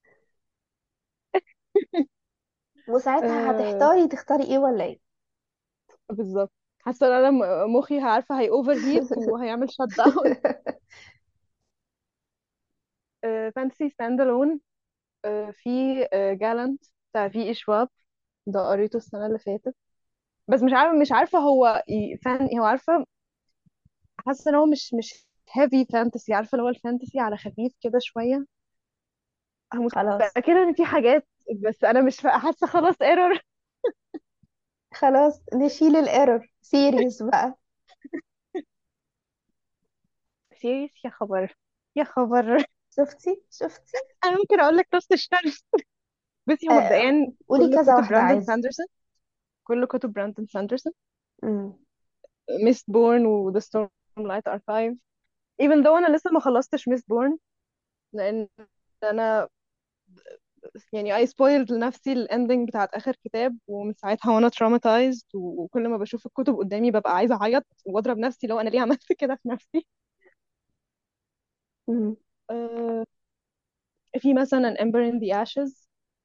وساعتها آه هتحتاري تختاري ايه ولا ايه. بالظبط. حاسه ان انا مخي عارفه هي اوفر هيت وهيعمل شت داون. فانتسي ستاند الون. في جالانت بتاع في شواب، ده قريته السنه اللي فاتت، بس مش عارفه هو هو عارفه، حاسه ان هو مش هيفي فانتسي، عارفه اللي هو الفانتسي على خفيف كده شويه. انا خلاص. متاكده ان في حاجات، بس انا مش حاسه خلاص ايرور. خلاص نشيل الايرور، سيريز بقى. سيريس يا خبر، يا خبر. شفتي شفتي. انا ممكن اقول لك نص الشمس. بصي هو آه مبدئيا قولي كذا واحدة عادي. كل كتب براندون ساندرسون، مم. ميست بورن وذا ستورم لايت اركايف. even though انا لسه ما خلصتش ميست بورن، لان انا يعني I spoiled لنفسي الاندنج بتاعت اخر كتاب، ومن ساعتها وانا traumatized، وكل ما بشوف الكتب قدامي ببقى عايزه اعيط واضرب نفسي لو انا ليه عملت كده في نفسي. مم. آه، في مثلا Ember in the Ashes،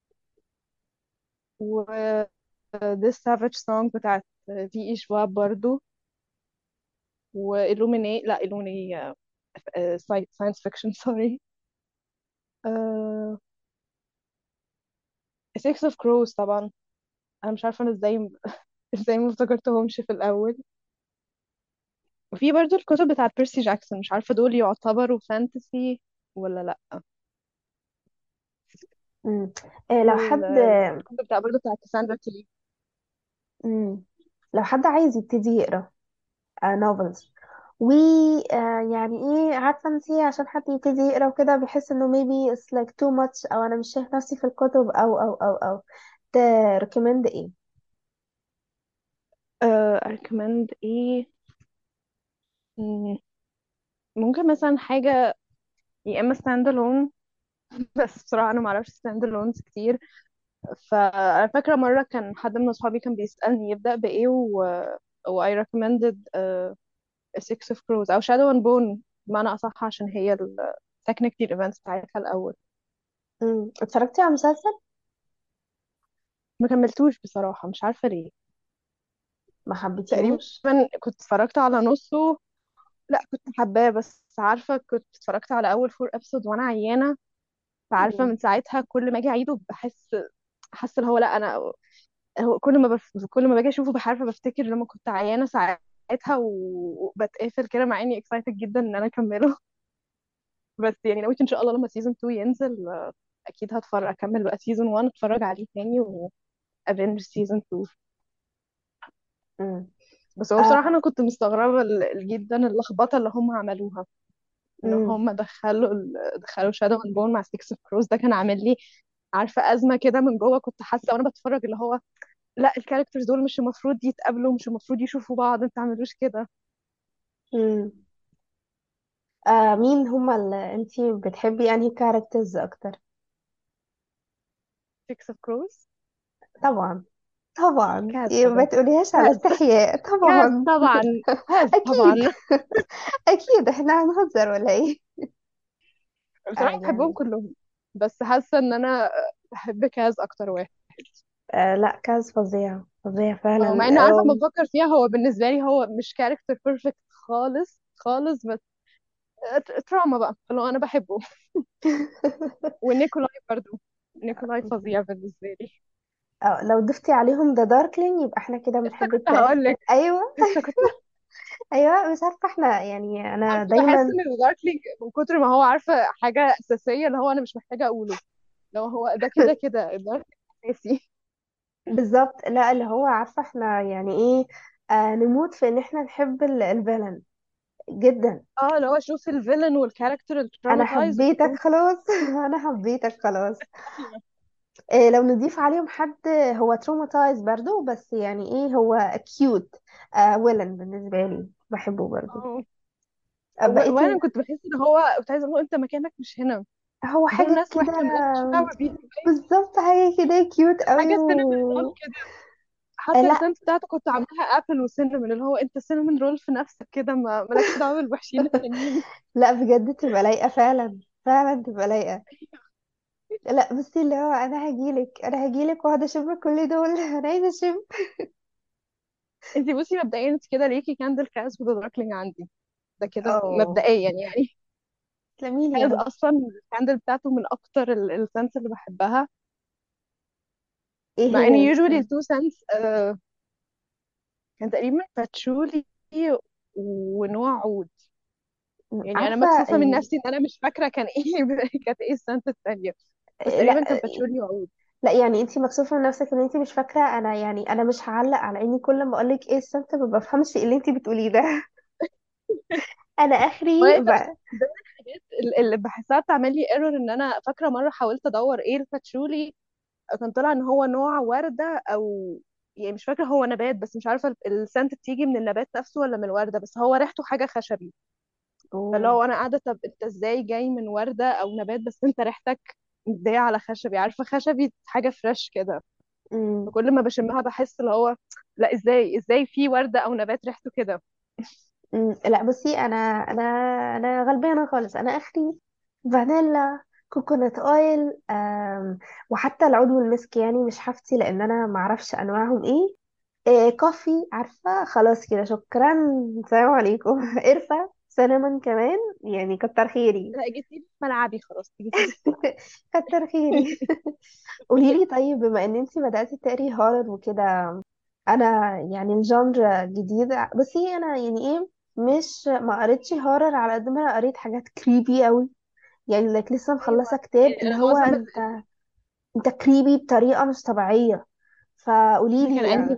و This Savage Song بتاعت في اي شواب برضو، و Illuminate، لا Illuminate ساينس فيكشن سوري. Six of Crows طبعا، انا مش عارفه انا ازاي ازاي ما افتكرتهمش في الاول. وفي برضو الكتب بتاعت بيرسي جاكسون، مش عارفه دول يعتبروا فانتسي ولا لا. مم. لو حد الكتب بتاع برضو بتاعت كاساندرا كي. مم. لو حد عايز يبتدي يقرا نوفلز و يعني ايه، عارفه انتي، عشان حد يبتدي يقرا وكده بيحس انه maybe it's like too much، او انا مش شايف نفسي في الكتب او ت recommend ايه؟ recommend ايه؟ مم، ممكن مثلا حاجة يا اما ستاند الون، بس بصراحة انا معرفش ستاند الونز كتير. فانا فاكرة مرة كان حد من اصحابي كان بيسألني يبدأ بايه، و I recommended Six of Crows او Shadow and Bone بمعنى اصح، عشان هي technically الايفنتس بتاعتها الاول. اتفرجتي على مسلسل؟ ما كملتوش بصراحة، مش عارفة ليه. ما تقريبا حبيتيهوش؟ كنت اتفرجت على نصه. لا كنت حباه، بس عارفة كنت اتفرجت على أول فور ابسود وأنا عيانة، فعارفة مم. من ساعتها كل ما أجي أعيده حاسة اللي هو لا أنا، هو كل ما باجي أشوفه عارفة بفتكر لما كنت عيانة ساعتها وبتقفل كده، مع إني excited جدا إن أنا أكمله. بس يعني نويت إن شاء الله لما سيزون 2 ينزل أكيد هتفرج أكمل بقى سيزون 1 أتفرج عليه تاني وأفنج سيزون 2. مم. بس هو بصراحة آه. أنا كنت مستغربة جدا اللخبطة اللي هم عملوها، ان مم. هم دخلوا شادو اند بون مع ستيكس اوف كروز. ده كان عامل لي عارفه ازمه كده من جوه، كنت حاسه وانا بتفرج اللي هو لا الكاركترز دول مش المفروض يتقابلوا، مش المفروض يشوفوا بعض، انت تعملوش كده. مم. مين هما اللي انتي بتحبي انهي كاركترز اكتر؟ سيكس اوف كروز. طبعا. طبعا كاز إيه، ما طبعا. تقوليهاش على كاز. استحياء، كاز طبعا. طبعا. كاز طبعا. اكيد. اكيد احنا هنهزر ولا ايه؟ بصراحة بحبهم يعني كلهم، بس حاسة ان انا بحب كاز اكتر واحد. لا، كاز فظيع فظيع اه، فعلا. مع انه عارفة لما بفكر فيها هو بالنسبة لي هو مش كاركتر بيرفكت خالص خالص، بس تراما بقى اللي هو انا بحبه. ونيكولاي برضو، نيكولاي فظيع بالنسبة لي. لو ضفتي عليهم ذا داركلينج يبقى احنا كده لسه بنحب كنت هقول لك. ايوه. لسه كنت. ايوه، مش عارفه احنا يعني انا عارفة بحس دايما. ان داركلينج من كتر ما هو عارفة حاجة أساسية اللي هو أنا مش محتاجة أقوله، لو هو ده كده كده داركلينج أساسي. بالظبط، لا اللي هو عارفه احنا يعني ايه، نموت في ان احنا نحب الفيلن جدا. اه، اللي هو شوف الفيلن والكاركتر انا التراماتايز حبيتك وتكون. خلاص. انا حبيتك خلاص. ايوه. لو نضيف عليهم حد هو تروماتايز برضو، بس يعني ايه هو كيوت. ويلن بالنسبه لي بحبه برضو. اه، بقيت وانا كنت بحس ان هو كنت عايزه اقول له انت مكانك مش هنا، هو دول حاجه ناس كده. واحنا مالناش دعوه بيهم. أيوة. بالظبط، حاجه كده كيوت قوي حاجه سينامون رول كده. حتى لا. السنت بتاعته كنت عاملاها ابل وسينامون، اللي هو انت سينامون رول في نفسك كده، ما مالكش دعوه بالوحشين التانيين. لا بجد تبقى لايقه فعلا. فعلا تبقى لايقه. لا بصي، اللي هو انا هجيلك واقعد اشم كل دول. انا عايزه اشم. انت بصي مبدئيا انت كده ليكي كاندل كاس وذا داركلينج عندي، ده كده اه، مبدئيا يعني. تسلميلي يا كاز رب. اصلا الكاندل بتاعته من اكتر السنس اللي بحبها. ايه مع هي ان usually السنة؟ التو سنس كان تقريبا باتشولي ونوع عود. يعني انا عارفه مكسوفه من يعني. نفسي ان انا مش فاكره كان ايه. كانت ايه السنه التانية، بس لا. تقريبا كان باتشولي وعود. لا يعني انتي مكسوفه من نفسك ان انتي مش فاكره، انا يعني انا مش هعلق على اني كل ما اقولك ايه السنه ما بفهمش ايه اللي انتي بتقوليه ده. انا اخري وهي ده من الحاجات اللي بحسها بتعمل لي ايرور، ان انا فاكره مره حاولت ادور ايه الباتشولي، كان طلع ان هو نوع ورده او يعني مش فاكره هو نبات، بس مش عارفه السنت بتيجي من النبات نفسه ولا من الورده، بس هو ريحته حاجه خشبي. فاللي اوه. هو انا قاعده، طب انت ازاي جاي من ورده او نبات بس انت ريحتك مديه على خشبي، عارفه خشبي حاجه فريش كده. امم. فكل ما بشمها بحس اللي هو لا، ازاي في ورده او نبات ريحته كده. لا بصي، انا غلبانه خالص، انا اخري فانيلا، كوكونات اويل، وحتى العود والمسك يعني مش حافتي لان انا معرفش انواعهم ايه. كوفي عارفة، خلاص كده شكرا. السلام عليكم. قرفة سينامون كمان، يعني كتر خيري. لا، جيتي لي في ملعبي، خلاص جيتي لي في ملعبي. كتر خيري. قوليلي طيب، بما ان انتي بدأتي تقري هورر وكده، انا يعني الجانر جديد. بصي انا يعني ايه، مش ما قريتش هورر على قد ما انا قريت حاجات كريبي قوي. يعني لك لسه ايوه، مخلصة كتاب يعني اللي انا هو معظم انت كريبي بطريقة مش طبيعية. ده كان فقوليلي. انهي.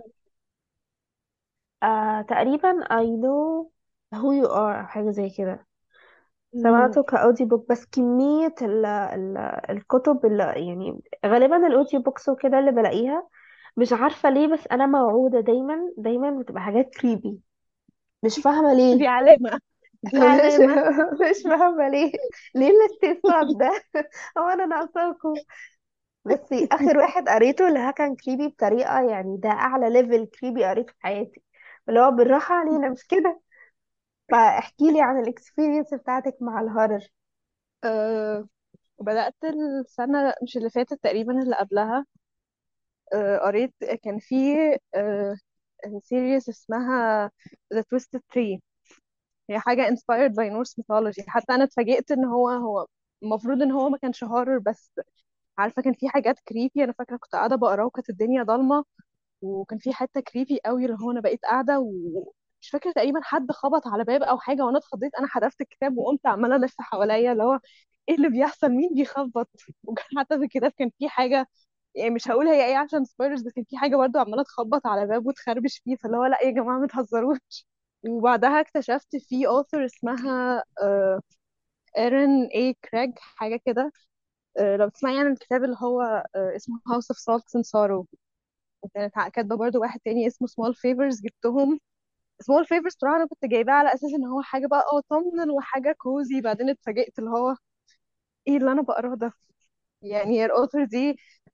تقريبا I know who you are أو حاجة زي كده. مم. سمعته كأوديو بوك، بس كمية الكتب اللي يعني غالبا الأوديو بوكس وكده اللي بلاقيها، مش عارفة ليه بس أنا موعودة دايما دايما بتبقى حاجات كريبي. مش فاهمة دي ليه. علامه، دي مش علامه. مش فاهمة ليه. ليه الاستيصال ده؟ هو أنا ناقصاكم. بس آخر واحد قريته اللي هو كان كريبي بطريقة، يعني ده أعلى ليفل كريبي قريته في حياتي. اللي هو بالراحة علينا مش كده. فاحكي لي عن الاكسبيرينس بتاعتك مع الهورر. أه بدأت السنة مش اللي فاتت تقريبا اللي قبلها. قريت كان في أه سيريز اسمها The Twisted Tree. هي حاجة inspired by Norse mythology. حتى أنا اتفاجئت إن هو المفروض إن هو ما كانش هورر، بس عارفة كان في حاجات كريبي. أنا فاكرة كنت قاعدة بقراه وكانت الدنيا ضلمة، وكان في حته كريبي قوي اللي هو انا بقيت قاعده ومش فاكره تقريبا حد خبط على باب او حاجه وانا اتخضيت. انا حذفت الكتاب وقمت عماله الف حواليا اللي هو ايه اللي بيحصل، مين بيخبط. وكان حتى في الكتاب كان في حاجه، يعني مش هقول هي ايه عشان سبويلرز، بس كان في حاجه برضو عماله تخبط على باب وتخربش فيه، فاللي هو لا يا جماعه ما تهزروش. وبعدها اكتشفت في author اسمها ايرين اي كراج حاجه كده. لو تسمعي عن الكتاب اللي هو اسمه House of Salts and Sorrow. وكانت كاتبه برضو واحد تاني اسمه سمول فيفرز. جبتهم سمول فيفرز بصراحه انا كنت جايباه على اساس ان هو حاجه بقى طمن وحاجه كوزي، بعدين اتفاجئت اللي هو ايه اللي انا بقراه ده. يعني الاوثر دي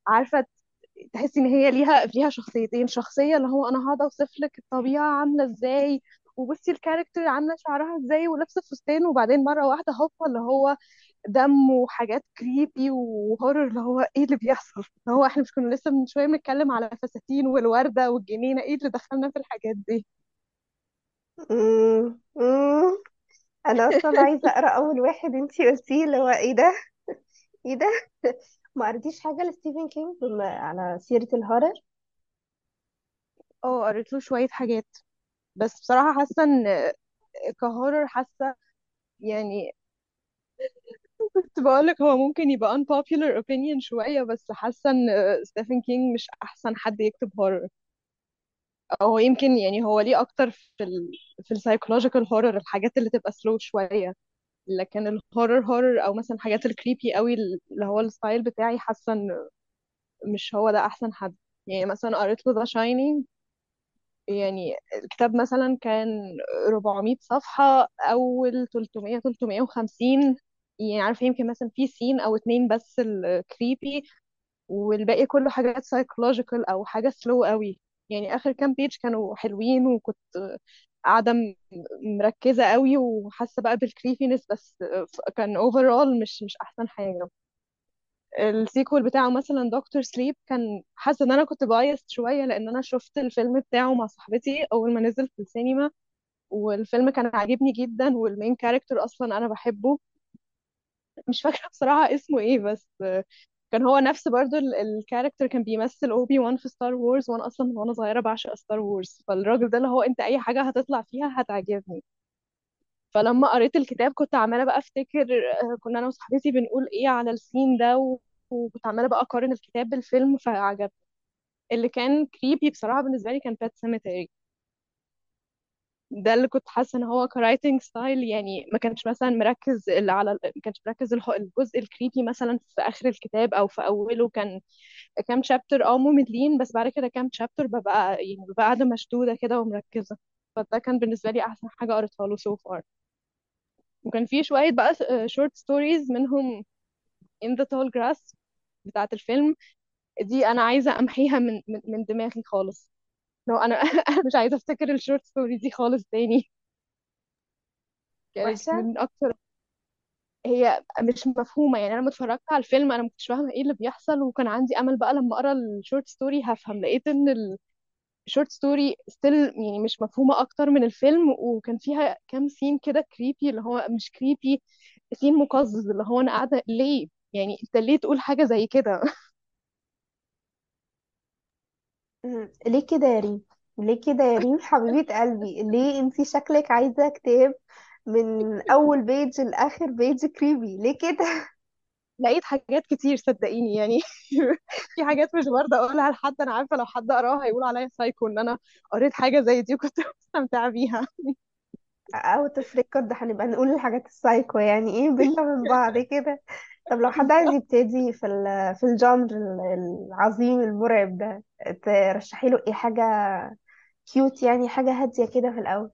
عارفة تحسي ان هي ليها شخصيتين، شخصية اللي هو انا هقعد اوصف لك الطبيعة عاملة ازاي، وبصي الكاركتر عاملة شعرها ازاي ولابسة فستان، وبعدين مرة واحدة هوب اللي هو دم وحاجات كريبي وهورر، اللي هو ايه اللي بيحصل؟ اللي هو احنا مش كنا لسه من شوية بنتكلم على فساتين والوردة والجنينة، ايه اللي دخلنا في الحاجات دي؟ مم. مم. انا اصلا عايزه اقرا اول واحد انتي قلتيه، اللي هو ايه ده؟ ايه ده؟ ما قريتيش حاجه لستيفن كينج على سيره الهورر؟ اه قريت له شوية حاجات، بس بصراحة حاسة ان كهورر حاسة يعني، كنت بقولك هو ممكن يبقى unpopular opinion شوية، بس حاسة ان ستيفن كينج مش أحسن حد يكتب هورر. أو يمكن يعني هو ليه أكتر في السايكولوجيكال هورر، الحاجات اللي تبقى سلو شوية، لكن الهورر هورر أو مثلا حاجات الكريبي قوي اللي هو الستايل بتاعي، حاسة ان مش هو ده أحسن حد. يعني مثلا قريت له ذا شاينينج، يعني الكتاب مثلا كان 400 صفحة، أول 300 350، يعني عارفة يمكن مثلا في سين أو اتنين بس الكريبي، والباقي كله حاجات سايكولوجيكال أو حاجة سلو قوي. يعني آخر كام بيج كانوا حلوين، وكنت قاعدة مركزة قوي وحاسة بقى بالكريبينس، بس كان overall مش أحسن حاجة. السيكول بتاعه مثلا دكتور سليب، كان حاسه ان انا كنت بايست شويه، لان انا شفت الفيلم بتاعه مع صاحبتي اول ما نزل في السينما، والفيلم كان عاجبني جدا، والمين كاركتر اصلا انا بحبه. مش فاكره بصراحه اسمه ايه، بس كان هو نفس برضو الكاركتر كان بيمثل اوبي وان في ستار وورز، وانا اصلا من وانا صغيره بعشق ستار وورز، فالراجل ده اللي هو انت اي حاجه هتطلع فيها هتعجبني. فلما قريت الكتاب كنت عماله بقى افتكر، كنا انا وصاحبتي بنقول ايه على السين ده، وكنت عماله بقى اقارن الكتاب بالفيلم فعجبني. اللي كان كريبي بصراحة بالنسبة لي كان بات سيميتري، ده اللي كنت حاسة ان هو كرايتنج ستايل، يعني ما كانش مثلا مركز ما كانش مركز الجزء الكريبي مثلا في آخر الكتاب أو في أوله. كان كام شابتر مملين، بس بعد كده كام شابتر ببقى يعني ببقى قاعدة مشدودة كده ومركزة. فده كان بالنسبة لي أحسن حاجة قريتها له سو فار. وكان في شوية بقى شورت ستوريز منهم In the Tall Grass بتاعة الفيلم، دي أنا عايزة أمحيها من دماغي خالص. لو انا انا مش عايزه افتكر الشورت ستوري دي خالص تاني. كانت وحشه. من اكتر، هي مش مفهومه. يعني انا لما اتفرجت على الفيلم انا ما كنتش فاهمه ايه اللي بيحصل، وكان عندي امل بقى لما اقرا الشورت ستوري هفهم، لقيت ان الشورت ستوري ستيل يعني مش مفهومه اكتر من الفيلم، وكان فيها كام سين كده كريبي، اللي هو مش كريبي، سين مقزز، اللي هو انا قاعده ليه؟ يعني انت ليه تقول حاجه زي كده؟ ليه كده يا ريم؟ ليه كده يا ريم حبيبة قلبي؟ ليه انتي شكلك عايزة كتاب من اول بيج لاخر بيج كريبي؟ ليه كده؟ لقيت حاجات كتير صدقيني يعني. في حاجات مش برضه اقولها لحد، انا عارفه لو حد قراها هيقول عليا سايكو ان انا قريت حاجه زي دي وكنت مستمتعه بيها. اوت اوف ريكورد هنبقى نقول الحاجات السايكو، يعني ايه بينا من بعض كده. طب لو حد عايز يبتدي في الجانر العظيم المرعب ده، ترشحي له ايه؟ حاجة كيوت يعني، حاجة هادية كده في الاول.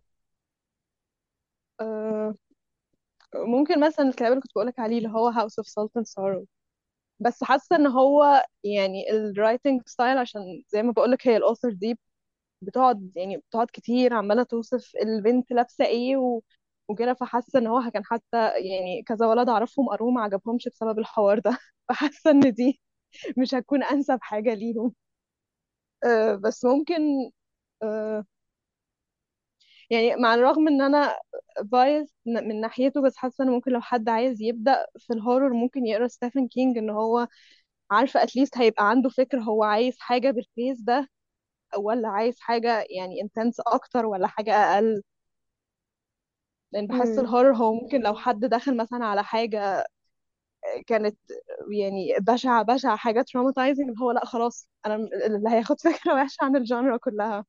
آه، ممكن مثلا الكتاب اللي كنت بقولك عليه اللي هو House of Salt and Sorrow، بس حاسه ان هو يعني الرايتنج ستايل، عشان زي ما بقولك هي الاوثر دي بتقعد كتير عماله توصف البنت لابسه ايه وكده، فحاسه ان هو كان حتى يعني كذا ولد اعرفهم قروه ما عجبهمش بسبب الحوار ده. فحاسه ان دي مش هتكون انسب حاجه ليهم. بس ممكن، أه يعني مع الرغم ان انا بايظ من ناحيته، بس حاسه ان ممكن لو حد عايز يبدا في الهورر ممكن يقرا ستيفن كينج، ان هو عارفه اتليست هيبقى عنده فكره هو عايز حاجه بالفيس ده، ولا عايز حاجه يعني انتنس اكتر، ولا حاجه اقل. لان بحس مم. الهورر هو ممكن لو حد دخل مثلا على حاجه كانت يعني بشعه بشعه، حاجه تروماتايزنج، اللي هو لا خلاص انا اللي هياخد فكره وحشه عن الجانرا كلها.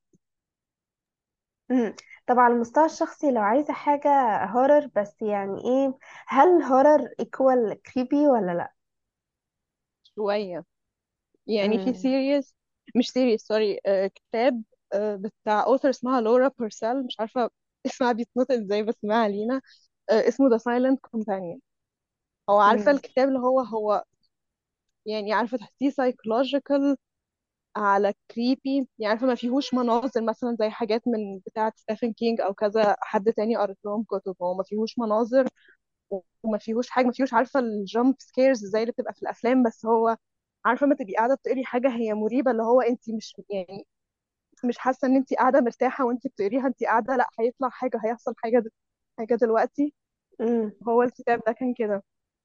مم. طب على المستوى الشخصي، لو عايزة حاجة هورر بس يعني ايه، هل هورر ايكوال كريبي ولا لا؟ شويه يعني في مم. سيريز، مش سيريز سوري، كتاب بتاع اوثر اسمها لورا بيرسل، مش عارفة اسمها بيتنطق ازاي بس ما علينا. اسمه The Silent Companion. هو عارفة مم. الكتاب اللي هو يعني عارفة تحسيه psychological على creepy، يعني عارفة ما فيهوش مناظر مثلا زي حاجات من بتاعة ستيفن كينج أو كذا حد تاني قريت لهم كتب. هو ما فيهوش مناظر وما فيهوش حاجة، ما فيهوش عارفة الجامب سكيرز زي اللي بتبقى في الأفلام، بس هو عارفة ما تبقي قاعدة بتقري حاجة هي مريبة، اللي هو انت مش يعني مش حاسة ان انت قاعدة مرتاحة وانت بتقريها، انت قاعدة لا هيطلع حاجة، هيحصل حاجة حاجة دلوقتي. امم. هو الكتاب ده كان كده.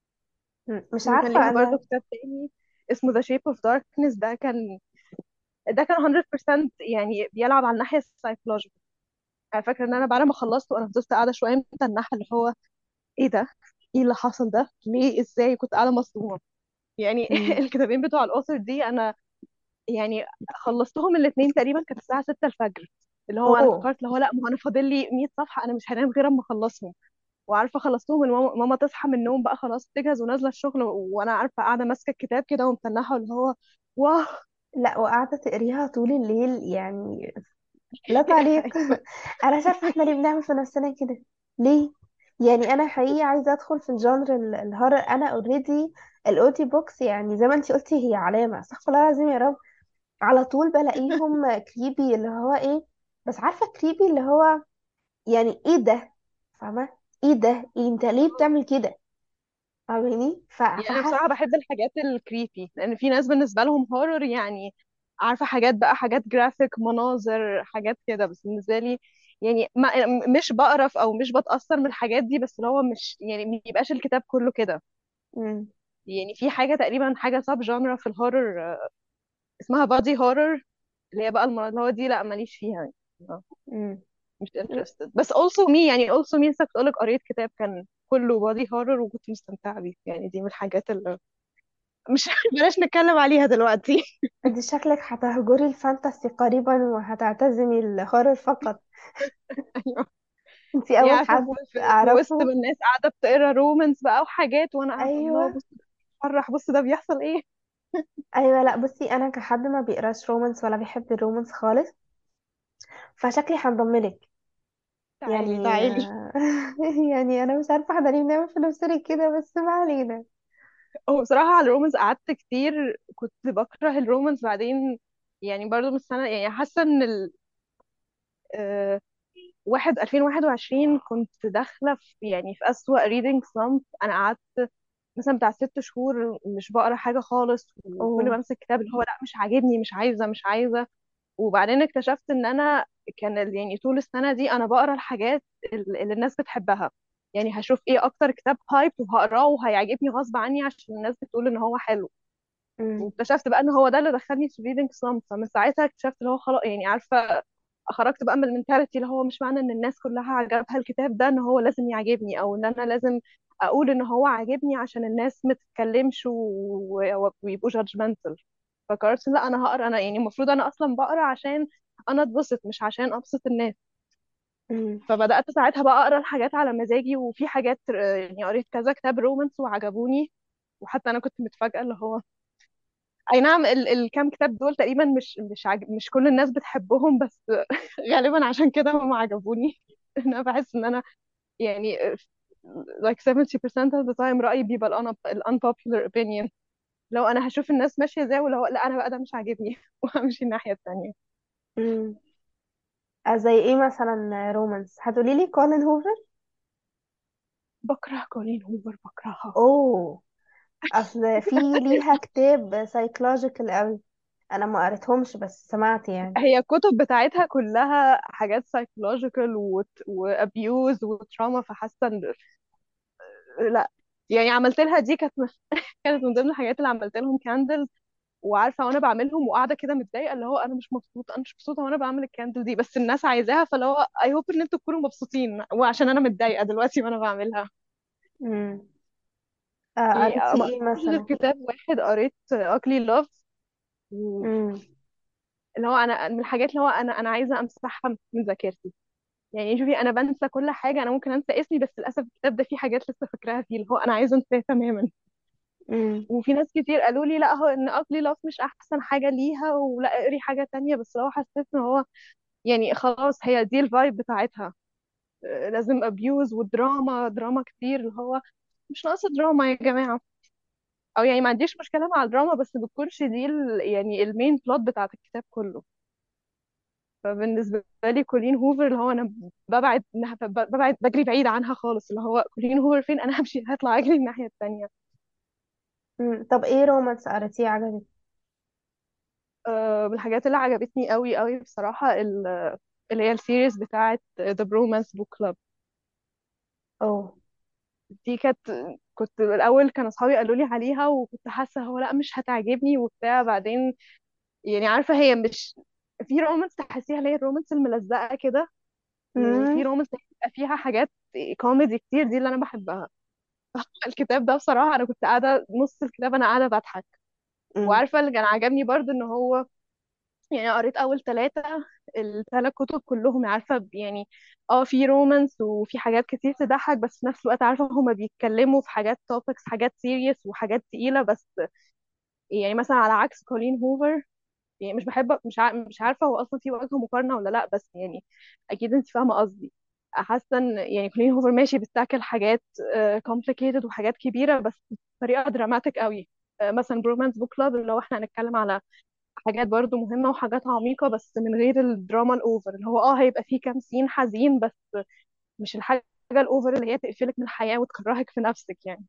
مش وكان عارفة ليها برضو انا. كتاب تاني اسمه The Shape of Darkness. ده كان 100% يعني بيلعب على الناحية السايكولوجية. انا فاكرة ان انا بعد ما خلصت وانا فضلت قاعدة شوية متنحة، اللي هو ايه ده، ايه اللي حصل ده، ليه، ازاي، كنت قاعدة مصدومة يعني. امم. الكتابين بتوع الاوثر دي انا يعني خلصتهم الاثنين تقريبا كانت الساعة 6 الفجر. اللي هو انا اوه. فكرت اللي هو لا، ما هو انا فاضل لي 100 صفحة، انا مش هنام غير اما اخلصهم. وعارفه خلصتهم، ماما تصحى من النوم بقى خلاص تجهز ونازله الشغل، وانا عارفه قاعده ماسكه الكتاب كده ومتنحه، اللي هو واو. لا، وقاعدة تقريها طول الليل يعني. لا تعليق. انا مش عارفة احنا ليه بنعمل في نفسنا كده؟ ليه؟ يعني انا حقيقي عايزة ادخل في الجانر الهورر. انا اوريدي الاودي بوكس، يعني زي ما انتي قلتي، هي علامة، استغفر الله العظيم يا رب. على طول بلاقيهم كريبي، اللي هو ايه؟ بس عارفة كريبي اللي هو يعني ايه ده؟ فاهمة؟ ايه ده؟ إيه انت ليه بتعمل كده؟ فاهماني؟ يعني بصراحه فحاسة. بحب الحاجات الكريبي، لان في ناس بالنسبه لهم هورر يعني عارفه حاجات بقى، حاجات جرافيك، مناظر، حاجات كده. بس بالنسبه لي يعني ما مش بقرف او مش بتاثر من الحاجات دي، بس اللي هو مش يعني ما يبقاش الكتاب كله كده. مم. يعني في حاجه تقريبا، حاجه سب جانرا في الهورر اسمها بادي هورر، اللي هي بقى اللي هو دي لا ماليش فيها يعني. مم. مش interested. بس also me، يعني also me لسه بتقولك قريت كتاب كان كله بادي هورر وكنت مستمتعة بيه. يعني دي من الحاجات اللي مش بلاش نتكلم عليها دلوقتي. انت شكلك هتهجري الفانتسي قريبا وهتعتزمي الهورر فقط. ايوه. انت يعني اول عارفة حد في وسط ما اعرفه. الناس قاعدة بتقرا رومانس بقى وحاجات، وانا قاعدة ايوه. الله بص ده بيفرح، بص ده بيحصل ايه. ايوه. لا بصي، انا كحد ما بيقراش رومانس ولا بيحب الرومانس خالص، فشكلي هنضملك. تعالي يعني تعالي. يعني انا مش عارفه احنا ليه بنعمل في نفسنا كده، بس ما علينا. هو بصراحة على الرومانس قعدت كتير كنت بكره الرومانس، بعدين يعني برضو من السنة يعني حاسة ان واحد 2021 كنت داخلة في يعني في أسوأ reading slump. أنا قعدت مثلا بتاع 6 شهور مش بقرا حاجة خالص، وكل اوه. ما أمسك كتاب اللي هو لا مش عاجبني، مش عايزة مش عايزة. وبعدين اكتشفت إن أنا كان يعني طول السنة دي أنا بقرا الحاجات اللي الناس بتحبها. يعني هشوف ايه اكتر كتاب هايب وهقراه وهيعجبني غصب عني عشان الناس بتقول ان هو حلو. امم. واكتشفت بقى ان هو ده اللي دخلني في reading slump. فمن ساعتها اكتشفت اللي هو خلاص يعني عارفه، خرجت بقى من المنتاليتي اللي هو مش معنى ان الناس كلها عجبها الكتاب ده ان هو لازم يعجبني، او ان انا لازم اقول ان هو عاجبني عشان الناس ما تتكلمش ويبقوا judgmental. فقررت لا انا هقرا، انا يعني المفروض انا اصلا بقرا عشان انا اتبسط مش عشان ابسط الناس. امم. فبدات ساعتها بقى اقرا الحاجات على مزاجي، وفي حاجات يعني قريت كذا كتاب رومانس وعجبوني. وحتى انا كنت متفاجئه اللي هو اي نعم الكام كتاب دول تقريبا مش كل الناس بتحبهم، بس غالبا عشان كده هم عجبوني. انا بحس ان انا يعني like 70% of the time رأيي بيبقى ال unpopular opinion. لو انا هشوف الناس ماشية ازاي، ولو لا انا بقى ده مش عاجبني وهمشي الناحية التانية. امم. زي ايه مثلا رومانس؟ هتقولي لي كولين هوفر؟ بكره كولين هوفر، بكرهها. اوه. اصل في ليها كتاب سايكولوجيكال قوي، انا ما قريتهمش بس سمعت يعني. هي الكتب بتاعتها كلها حاجات psychological وابيوز وتراما، فحاسه لا. يعني عملت لها دي كانت من ضمن الحاجات اللي عملت لهم كاندل. وعارفه وانا بعملهم وقاعده كده متضايقه اللي هو انا مش مبسوطه، انا مش مبسوطه وانا بعمل الكاندل دي، بس الناس عايزاها، فاللي هو اي هوب ان انتوا تكونوا مبسوطين وعشان انا متضايقه دلوقتي وانا بعملها. امم. يعني قريتي ما ايه قريتش غير مثلا؟ كتاب واحد، قريت اكلي لاف. امم. اللي هو انا من الحاجات اللي هو انا عايزه امسحها من ذاكرتي. يعني شوفي انا بنسى كل حاجه، انا ممكن انسى اسمي بس للاسف الكتاب ده فيه حاجات لسه فاكراها فيه، اللي هو انا عايزه انساه تماما. امم. وفي ناس كتير قالوا لي لا، هو ان اكلي لاف مش احسن حاجه ليها، ولا اقري حاجه تانية. بس لو حسيت ان هو يعني خلاص هي دي الفايب بتاعتها، لازم ابيوز ودراما، دراما كتير، اللي هو مش ناقصه دراما يا جماعه. او يعني ما عنديش مشكله مع الدراما، بس بتكونش دي يعني المين بلوت بتاعت الكتاب كله. فبالنسبه لي كولين هوفر اللي هو انا ببعد بجري بعيد عنها خالص، اللي هو كولين هوفر فين انا همشي هطلع اجري الناحيه التانية. طب ايه رومانس قريتيه عجبك؟ من الحاجات اللي عجبتني قوي قوي بصراحه اللي هي السيريز بتاعت The Bromance Book Club. اوه. دي كنت الاول كان اصحابي قالوا لي عليها، وكنت حاسه هو لا مش هتعجبني وبتاع. بعدين يعني عارفه هي مش في رومانس تحسيها اللي هي الرومانس الملزقه كده، وفي امم. رومانس بيبقى فيها حاجات كوميدي كتير، دي اللي انا بحبها. الكتاب ده بصراحه انا كنت قاعده نص الكتاب انا قاعده بضحك. امم. وعارفه اللي كان عجبني برضو ان هو يعني قريت اول ثلاثه، الثلاث كتب كلهم عارفه يعني اه في رومانس وفي حاجات كتير تضحك، بس في نفس الوقت عارفه هما بيتكلموا في حاجات توبكس، حاجات سيريس وحاجات تقيله. بس يعني مثلا على عكس كولين هوفر، يعني مش بحب مش عارفه هو اصلا في وجه مقارنه ولا لا، بس يعني اكيد انت فاهمه قصدي. حاسه ان يعني كولين هوفر ماشي بتاكل حاجات complicated وحاجات كبيره بس بطريقه دراماتيك قوي. مثلا برومانس بوك كلاب اللي هو احنا هنتكلم على حاجات برضو مهمه وحاجات عميقه، بس من غير الدراما الاوفر اللي هو هيبقى فيه كام سين حزين، بس مش الحاجه الاوفر اللي هي تقفلك من الحياه وتكرهك في نفسك يعني.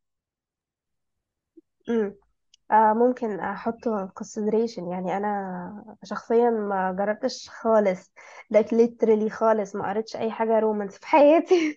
امم. ممكن احطه consideration. يعني انا شخصيا ما جربتش خالص، like literally خالص ما قريتش اي حاجه رومانس في حياتي.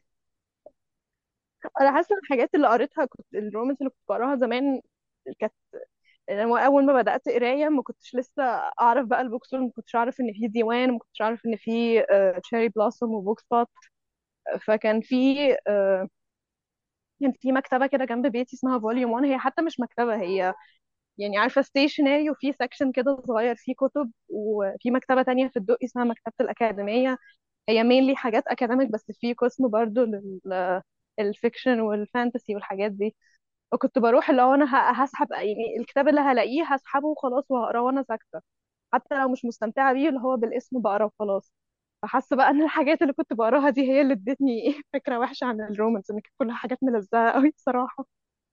انا حاسه ان الحاجات اللي قريتها كنت الرومانس اللي كنت بقراها زمان كانت، أنا اول ما بدات قرايه ما كنتش لسه اعرف بقى البوك ستور، ما كنتش اعرف ان في ديوان، ما كنتش اعرف ان في تشيري بلاسوم وبوك سبوت. فكان في آه، كان في مكتبه كده جنب بيتي اسمها فوليوم 1. هي حتى مش مكتبه، هي يعني عارفه ستيشنري، وفي سكشن كده صغير فيه كتب. وفي مكتبه تانية في الدقي اسمها مكتبه الاكاديميه، هي مينلي حاجات اكاديميك، بس في قسم برضو للفيكشن والفانتسي والحاجات دي. وكنت بروح اللي هو انا هسحب يعني الكتاب اللي هلاقيه هسحبه وخلاص وهقراه وانا ساكته، حتى لو مش مستمتعه بيه اللي هو بالاسم بقرا وخلاص. فحاسه بقى ان الحاجات اللي كنت بقراها دي هي اللي ادتني فكره وحشه عن الرومانس، ان كانت كلها حاجات ملزقه قوي بصراحه.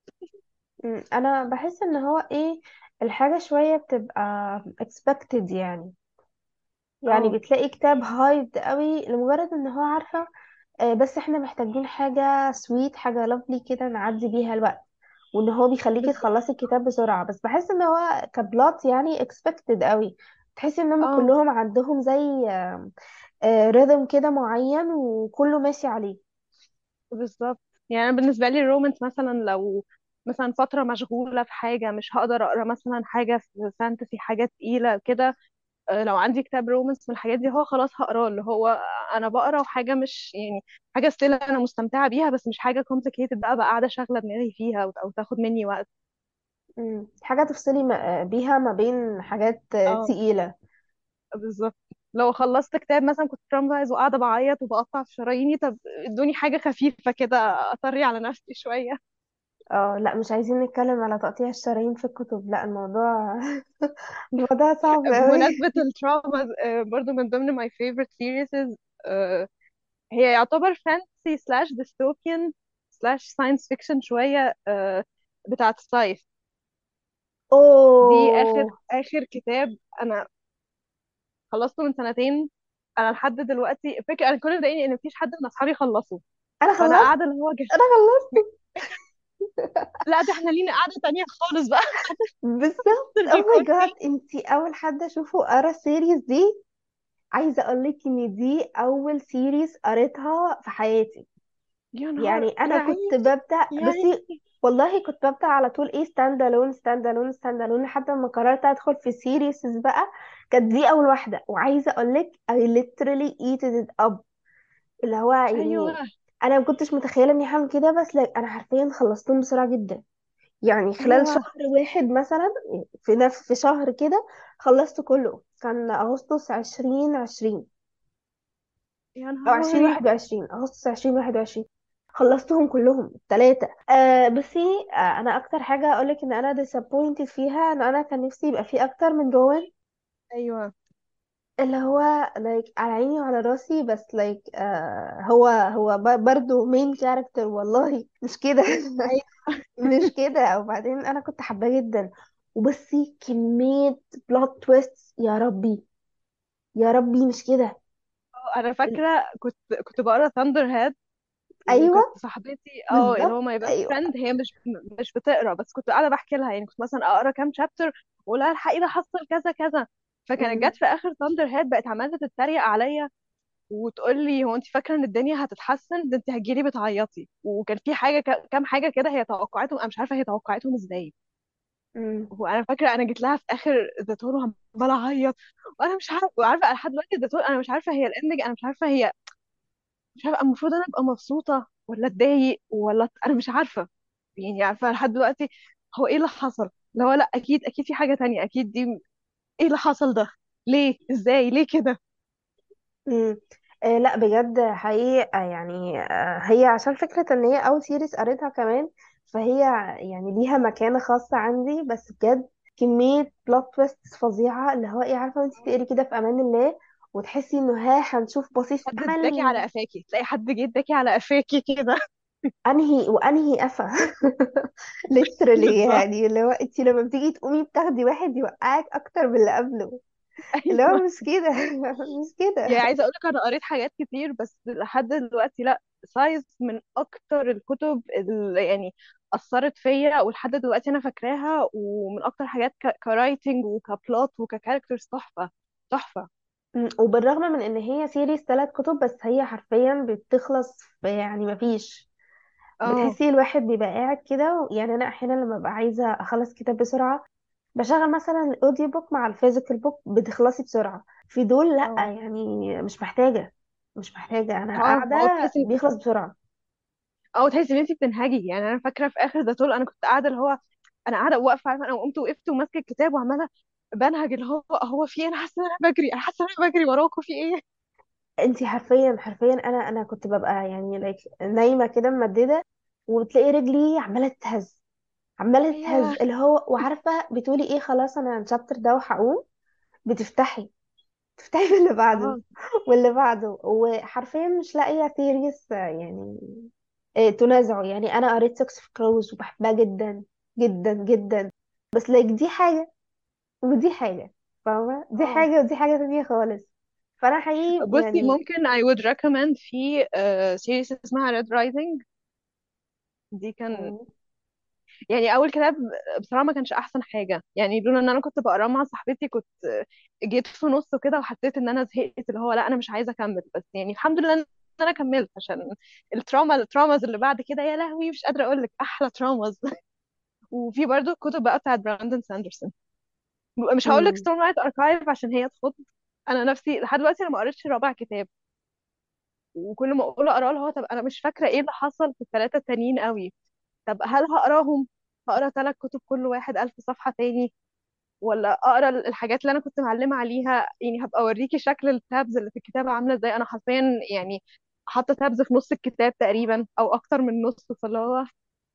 انا بحس ان هو ايه، الحاجه شويه بتبقى expected يعني. يعني اه بتلاقي كتاب هايبد قوي لمجرد ان هو عارفه، بس احنا محتاجين حاجه سويت، حاجه لافلي كده نعدي بيها الوقت، وان هو بيخليكي بالظبط. تخلصي الكتاب بسرعه. بس بحس ان هو كبلات يعني expected قوي. تحسي ان هم اه كلهم عندهم زي رhythm كده معين وكله ماشي عليه. بالظبط. يعني أنا بالنسبه لي الرومانس مثلا لو مثلا فتره مشغوله في حاجه مش هقدر اقرا مثلا حاجه في فانتسي حاجه تقيله كده، لو عندي كتاب رومانس من الحاجات دي هو خلاص هقراه. اللي هو انا بقرا وحاجه مش يعني حاجه ستيل انا مستمتعه بيها، بس مش حاجه complicated بقى قاعده شاغله دماغي فيها او تاخد مني وقت. حاجه تفصلي بيها ما بين حاجات اه تقيله. بالظبط. لو خلصت كتاب مثلا كنت ترامبايز وقاعده بعيط وبقطع في شراييني، طب ادوني حاجه خفيفه كده اطري على نفسي شويه. اه لا، مش عايزين نتكلم على تقطيع الشرايين في الكتب، لا الموضوع الموضوع صعب قوي. بمناسبه التراuma، برضو من ضمن my favorite series، هي يعتبر فانتسي سلاش ديستوبيان سلاش ساينس فيكشن شويه، بتاعت سايف. دي اخر اوه. اخر كتاب انا خلصته من سنتين. انا لحد دلوقتي فكرة انا كل اللي مضايقني ان مفيش حد من اصحابي خلصه. انا فانا خلصت. قاعده اللي هو انا خلصت. لا ده احنا لينا قاعده تانية خالص بقى. بالظبط. نفصل او ماي جاد، بالكوكتيل. انتي اول حد اشوفه قرا السيريز دي. عايزه اقول لك ان دي اول سيريز قريتها في حياتي. يا نهار يعني انا يا كنت عيني ببدا، يا بصي، عيني. والله كنت ببدا على طول ايه، ستاند الون ستاند الون ستاند الون لحد ما قررت ادخل في سيريز بقى. كانت دي اول واحده، وعايزه اقول لك I literally eated it up. اللي هو ايوه يعني انا ما كنتش متخيله اني هعمل كده، بس لا انا حرفيا خلصتهم بسرعه جدا. يعني خلال ايوه شهر واحد مثلا، في شهر كده خلصت كله. كان اغسطس 2020 يا او عشرين نهاري. واحد وعشرين اغسطس 2021 خلصتهم كلهم الثلاثه. بصي، انا اكتر حاجه اقولك ان انا disappointed فيها ان انا كان نفسي يبقى في اكتر من روان. ايوه اللي هو like على عيني وعلى راسي، بس like هو برضه مين كاركتر، والله مش كده. ايوه. مش كده. وبعدين انا كنت حباه جدا. وبصي كمية بلوت تويست، يا ربي يا ربي، مش كده. انا فاكره كنت بقرا ثاندر هاد، ايوه وكانت صاحبتي اللي هو بالظبط، ماي بيست ايوه. فريند، هي مش بتقرا، بس كنت قاعده بحكي لها، يعني كنت مثلا اقرا كام شابتر واقول لها الحقي ده حصل كذا كذا. فكانت مم. جت في اخر ثاندر هاد بقت عماله تتريق عليا وتقول لي هو انت فاكره ان الدنيا هتتحسن؟ ده انت هتجيلي بتعيطي. وكان في حاجه كام حاجه كده هي توقعتهم، انا مش عارفه هي توقعتهم ازاي. مم. وانا فاكره انا جيت لها في اخر ذا تور وعماله اعيط، وانا مش عارفه، وعارفه لحد دلوقتي ذا تور انا مش عارفه هي الاندنج، انا مش عارفه المفروض انا ابقى مبسوطه ولا اتضايق ولا انا مش عارفه. يعني عارفه لحد دلوقتي هو ايه اللي حصل؟ اللي هو لا، اكيد اكيد في حاجه تانية، اكيد دي ايه اللي حصل ده؟ ليه؟ ازاي؟ ليه كده؟ مم. لا بجد حقيقة، يعني هي عشان فكرة ان هي اول سيريز قريتها كمان، فهي يعني ليها مكانة خاصة عندي. بس بجد كمية بلوت تويست فظيعة، اللي هو ايه، عارفة انت تقري كده في امان الله وتحسي انه ها هنشوف بصيص حد اداكي امل. على قفاكي، تلاقي حد جه اداكي على قفاكي كده. انهي وانهي قفا. literally، بالظبط. يعني اللي هو انت لما بتيجي تقومي بتاخدي واحد يوقعك اكتر من اللي قبله. اللي هو ايوه. مش كده. مش كده. يعني عايزه اقول لك انا قريت حاجات كتير، بس لحد دلوقتي لا، ساينس من اكتر الكتب اللي يعني اثرت فيا، ولحد دلوقتي انا فاكراها، ومن اكتر حاجات كرايتنج وكبلوت وككاركترز تحفه. تحفه. وبالرغم من ان هي سيريز 3 كتب، بس هي حرفيا بتخلص في يعني مفيش. اه. بتحسي الواحد بيبقى قاعد كده، يعني انا احيانا لما ببقى عايزه اخلص كتاب بسرعه بشغل مثلا الاوديو بوك مع الفيزيكال بوك، بتخلصي بسرعه. في دول لا، اه. يعني مش محتاجه. مش محتاجه، انا اه. قاعده هو تحسي، بيخلص بسرعه. تحسي ان انت بتنهجي. يعني انا فاكره في اخر ذا تول انا كنت قاعده اللي هو انا قاعده واقفه، عارفه، انا قمت وقفت وماسكه الكتاب وعماله بنهج، اللي هو في إيه؟ انا حاسه ان انا بجري، انا حاسه ان انا بجري وراكوا في ايه. انتي حرفيا حرفيا، انا كنت ببقى يعني نايمه كده ممدده، وتلاقي رجلي عماله تهز، عماله تهز، ايوه. اللي هو وعارفه بتقولي ايه، خلاص انا الشابتر ده وهقوم. بتفتحي تفتحي في اللي بعده اه. واللي بعده، وحرفيا مش لاقيه ثيريز يعني تنازعه. يعني انا قريت سكس في كروز وبحبها جدا جدا جدا، بس دي حاجه ودي حاجه، فاهمه؟ دي اه. حاجه ودي حاجه تانية خالص. فانا حقيقي بصي يعني. ممكن I would recommend في سيريس اسمها Red Rising. دي كان مم. يعني اول كتاب بصراحه ما كانش احسن حاجه، يعني لولا ان انا كنت بقراه مع صاحبتي كنت جيت في نصه كده وحسيت ان انا زهقت، اللي هو لا انا مش عايزه اكمل. بس يعني الحمد لله ان انا كملت، عشان التراماز اللي بعد كده يا لهوي مش قادره اقول لك احلى تراماز. وفي برضو الكتب بقى بتاعت براندون ساندرسون. مش هقول لك مم. ستورم لايت اركايف عشان هي تخض. انا نفسي لحد دلوقتي انا ما قريتش رابع كتاب، وكل ما اقول اقراه اللي هو طب انا مش فاكره ايه اللي حصل في الثلاثه التانيين قوي. طب هل هقراهم؟ هقرا 3 كتب كل واحد 1000 صفحه تاني، ولا اقرا الحاجات اللي انا كنت معلمه عليها؟ يعني هبقى اوريكي شكل التابز اللي في الكتاب عامله ازاي. انا حرفيا يعني حاطه تابز في نص الكتاب تقريبا او اكتر من نص، فاللي هو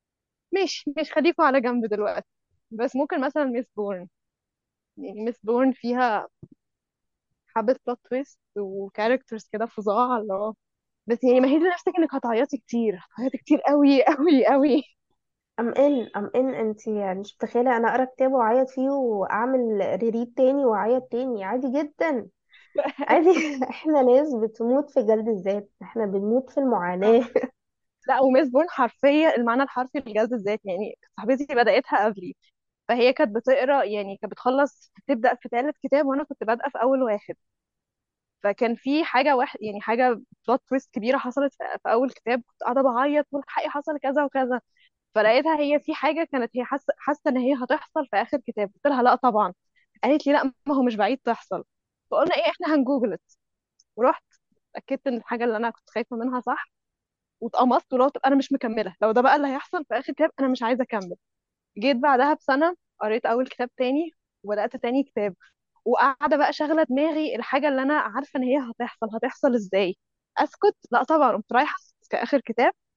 مش خليكوا على جنب دلوقتي. بس ممكن مثلا ميس بورن. يعني ميس بورن فيها حبه بلوت تويست وكاركترز كده فظاع، اللي هو بس يعني مهدي نفسك انك هتعيطي كتير، هتعيطي كتير قوي قوي قوي. ام ان انت يعني مش متخيله انا اقرا كتاب واعيط فيه واعمل ريريد تاني واعيط تاني، عادي جدا. عادي. احنا ناس بتموت في جلد الذات، احنا بنموت في المعاناه. لا، وميس بورن حرفيا المعنى الحرفي لجلد الذات. يعني صاحبتي بدأتها قبلي، فهي كانت بتقرا، يعني كانت بتخلص تبدأ في 3 كتاب وانا كنت بادئه في اول واحد. فكان في حاجه واحد، يعني حاجه بلوت تويست كبيره حصلت في اول كتاب، كنت قاعده بعيط والحقيقه حصل كذا وكذا. فلقيتها هي في حاجه كانت هي حاسه ان هي هتحصل في اخر كتاب، قلت لها لا طبعا. قالت لي لا ما هو مش بعيد تحصل. فقلنا ايه احنا هنجوجل. ورحت اتاكدت ان الحاجه اللي انا كنت خايفه منها صح، واتقمصت. ولو طب انا مش مكمله، لو ده بقى اللي هيحصل في اخر كتاب انا مش عايزه اكمل. جيت بعدها بسنه قريت اول كتاب تاني، وبدات تاني كتاب، وقاعده بقى شاغله دماغي الحاجه اللي انا عارفه ان هي هتحصل ازاي. اسكت؟ لا طبعا. قمت رايحه في اخر كتاب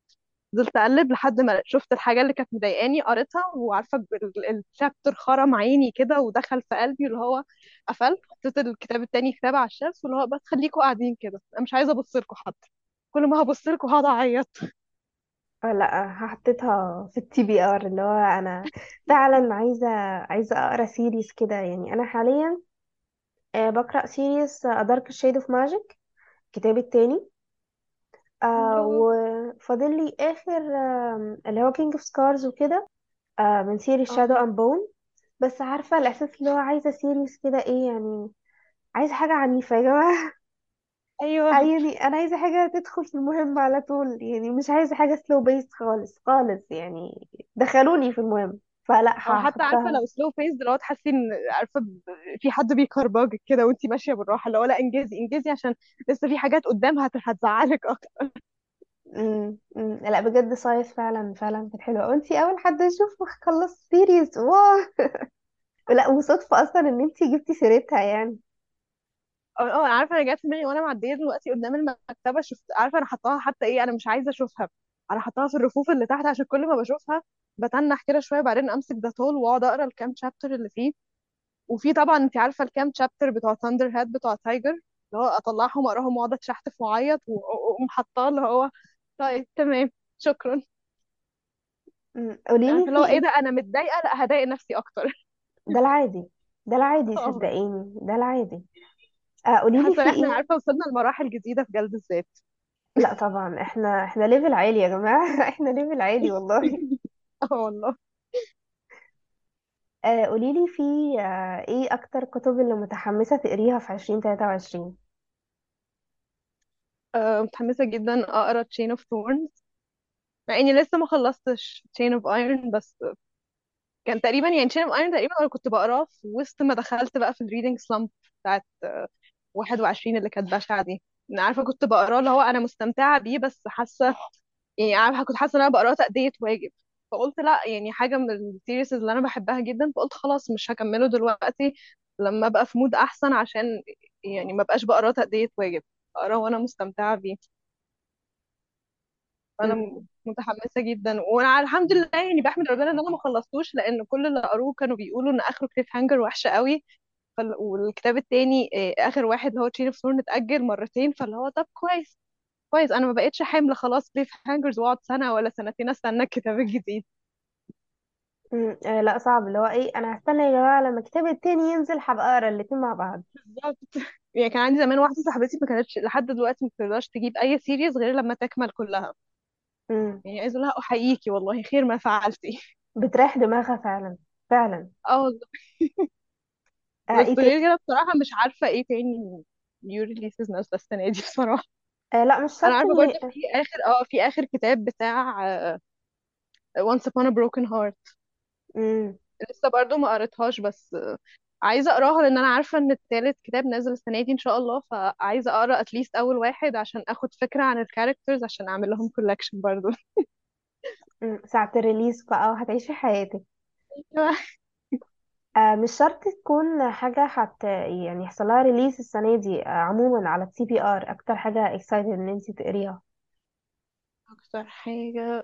فضلت اقلب لحد ما شفت الحاجه اللي كانت مضايقاني، قريتها، وعارفه الشابتر خرم عيني كده ودخل في قلبي، اللي هو قفلت، حطيت الكتاب التاني كتاب على الشمس، واللي هو بس خليكوا قاعدين كده، انا مش عايزه ابص لكم حتى، كل ما هبص لكم هقعد اعيط. لا، حطيتها في التي بي ار، اللي هو انا فعلا عايزه اقرا سيريز كده. يعني انا حاليا بقرا سيريز دارك شيد اوف ماجيك، الكتاب التاني. الله. وفاضل لي اخر اللي هو كينج اوف سكارز وكده، من سيريز شادو اه. اند بون. بس عارفه الاحساس اللي هو عايزه سيريز كده ايه يعني، عايزه حاجه عنيفه يا جماعه. ايوه. يعني انا عايزه حاجه تدخل في المهم على طول، يعني مش عايزه حاجه سلو بيس خالص خالص يعني. دخلوني في المهم، فلا او حتى عارفه هحطها. لو سلو بيس، اللي هو تحسي ان عارفه في حد بيكربجك كده وانتي ماشيه بالراحه، اللي هو لا انجزي انجزي عشان لسه في حاجات قدام هتزعلك اكتر. لا بجد صايف فعلا فعلا كانت حلوه، وانتي اول حد اشوف خلص سيريز، واو. لا وصدفه اصلا ان انتي جبتي سيرتها يعني. عارفه انا جات في دماغي وانا معديه دلوقتي قدام المكتبه، شفت، عارفه انا حطاها حتى ايه، انا مش عايزه اشوفها، انا حطاها في الرفوف اللي تحت عشان كل ما بشوفها بتنح كده شويه، بعدين امسك ده طول واقعد اقرا الكام شابتر اللي فيه. وفي طبعا انت عارفه الكام شابتر بتوع ثاندر هاد بتوع تايجر، اللي هو اطلعهم اقراهم واقعد اتشحتف واعيط واقوم حاطاه، اللي هو طيب تمام، شكرا. قوليلي عارفه اللي في هو ايه ايه. ده، انا متضايقه، لا هضايق نفسي اكتر. ده العادي، ده العادي اه. صدقيني، ده العادي. قوليلي حاسه في ان احنا ايه. عارفه وصلنا لمراحل جديده في جلد الذات. لا طبعا احنا ليفل عالي يا جماعه. احنا ليفل عالي والله. اه والله. قوليلي في ايه اكتر كتب اللي متحمسة تقريها في 2023؟ متحمسه جدا اقرا Chain of Thorns، مع اني لسه ما خلصتش Chain of Iron، بس كان تقريبا يعني Chain of Iron تقريبا انا كنت بقراه في وسط ما دخلت بقى في الريدنج سلامب بتاعت 21 اللي كانت بشعة دي. انا عارفه كنت بقراه اللي هو انا مستمتعه بيه، بس حاسه يعني عارفه كنت حاسه ان انا بقراه تأدية واجب، فقلت لا يعني حاجه من السيريز اللي انا بحبها جدا، فقلت خلاص مش هكمله دلوقتي، لما ابقى في مود احسن، عشان يعني ما بقاش بقراه تأدية واجب، اقراه وانا مستمتعه بيه. فانا مم. متحمسه جدا، وانا الحمد لله يعني بحمد ربنا ان انا ما خلصتوش، لان كل اللي قروه كانوا بيقولوا ان اخره كليف هانجر وحشه قوي. والكتاب التاني اخر واحد اللي هو تشين اوف ثورن اتاجل مرتين، فاللي هو طب كويس، كويس انا ما بقتش حامله خلاص كليف هانجرز واقعد سنه ولا سنتين استنى الكتاب الجديد. لا صعب، اللي هو ايه، انا هستنى يا جماعة لما الكتاب التاني ينزل هبقى اقرا الاتنين مع بعض. بالظبط. يعني كان عندي زمان واحده صاحبتي ما كانتش لحد دلوقتي ما بتقدرش تجيب اي سيريز غير لما تكمل كلها، مم. يعني عايزه لها احييكي والله خير ما فعلتي. بتريح دماغها فعلا فعلا. اه والله. ايه بس تاني. غير كده بصراحه مش عارفه ايه تاني نيو ريليسز نازله السنه دي بصراحه. لا مش انا شرط عارفه برضه ان. في اخر كتاب بتاع Once Upon a Broken Heart، مم. لسه برضو ما قريتهاش، بس عايزه اقراها لان انا عارفه ان التالت كتاب نازل السنه دي ان شاء الله، فعايزه اقرا اتليست اول واحد عشان اخد فكره عن الكاركترز عشان اعمل لهم كولكشن برضو. ساعة الريليز بقى وهتعيشي حياتك. مش شرط تكون حاجة يعني يحصل لها ريليز السنة دي. عموما على التي بي ار اكتر حاجة اكسايتد ان انت تقريها. اكتر حاجه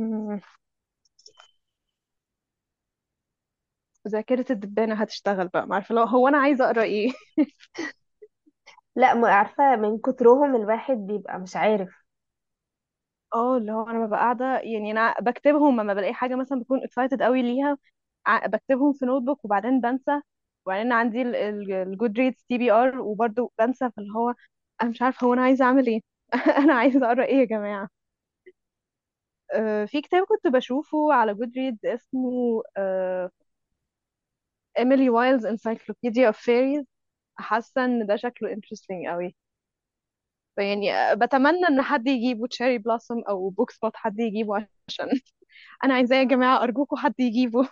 ذاكره الدبانه هتشتغل بقى، ما عارفه لو هو انا عايزه اقرا ايه. لا عارفة من كترهم الواحد بيبقى مش عارف. اه اللي هو انا ببقى قاعده يعني انا بكتبهم لما بلاقي حاجه مثلا بكون اكسايتد قوي ليها، بكتبهم في نوت بوك وبعدين بنسى، وبعدين عندي الجود ريدز تي بي ار وبرضه بنسى، فاللي هو انا مش عارفه هو انا عايزه اعمل ايه. انا عايزه اقرا ايه يا جماعه. في كتاب كنت بشوفه على جود ريدز اسمه ايميلي وايلز انسايكلوبيديا اوف فيريز، حاسه ان ده شكله انترستنج قوي، فيعني بتمنى ان حد يجيبه تشيري بلاسم او بوك سبوت، حد يجيبه عشان انا عايزاه يا جماعه، ارجوكوا حد يجيبه.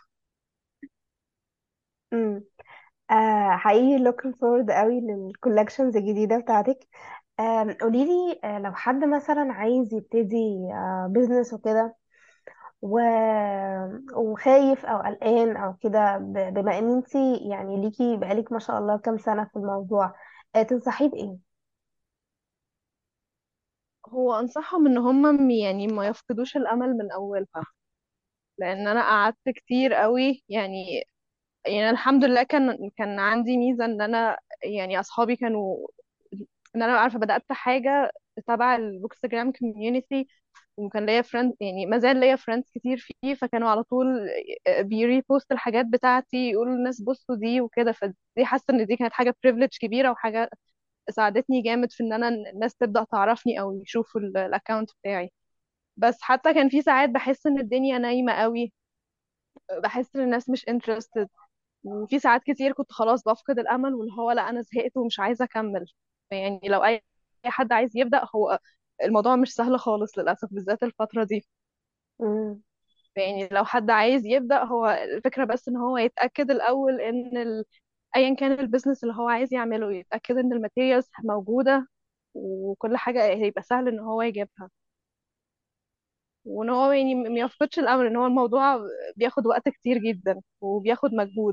امم حقيقي looking forward قوي للكولكشنز الجديدة بتاعتك. قوليلي لو حد مثلا عايز يبتدي بيزنس وكده، و... وخايف او قلقان او كده، بما ان انتي يعني ليكي بقالك ما شاء الله كام سنة في الموضوع، تنصحيه بإيه؟ هو انصحهم ان هم يعني ما يفقدوش الامل من اولها، لان انا قعدت كتير قوي يعني الحمد لله كان عندي ميزه ان انا يعني اصحابي كانوا، ان انا عارفه بدات حاجه تبع البوكستجرام كوميونتي، وكان ليا فريند يعني ما زال ليا فريندز كتير فيه، فكانوا على طول بيريبوست الحاجات بتاعتي يقولوا للناس بصوا دي وكده. فدي حاسه ان دي كانت حاجه بريفليج كبيره، وحاجه ساعدتني جامد في ان انا الناس تبدا تعرفني او يشوفوا الاكونت بتاعي. بس حتى كان في ساعات بحس ان الدنيا نايمه قوي، بحس ان الناس مش interested، وفي ساعات كتير كنت خلاص بفقد الامل، واللي هو لا انا زهقت ومش عايزه اكمل. يعني لو أي حد عايز يبدا، هو الموضوع مش سهل خالص للاسف، بالذات الفتره دي. مم. يعني لو حد عايز يبدا، هو الفكره بس ان هو يتاكد الاول ان ايا كان البيزنس اللي هو عايز يعمله، يتاكد ان الماتيريالز موجوده وكل حاجه هيبقى سهل ان هو يجيبها، وان هو يعني ما يفقدش الامل، ان هو الموضوع بياخد وقت كتير جدا وبياخد مجهود.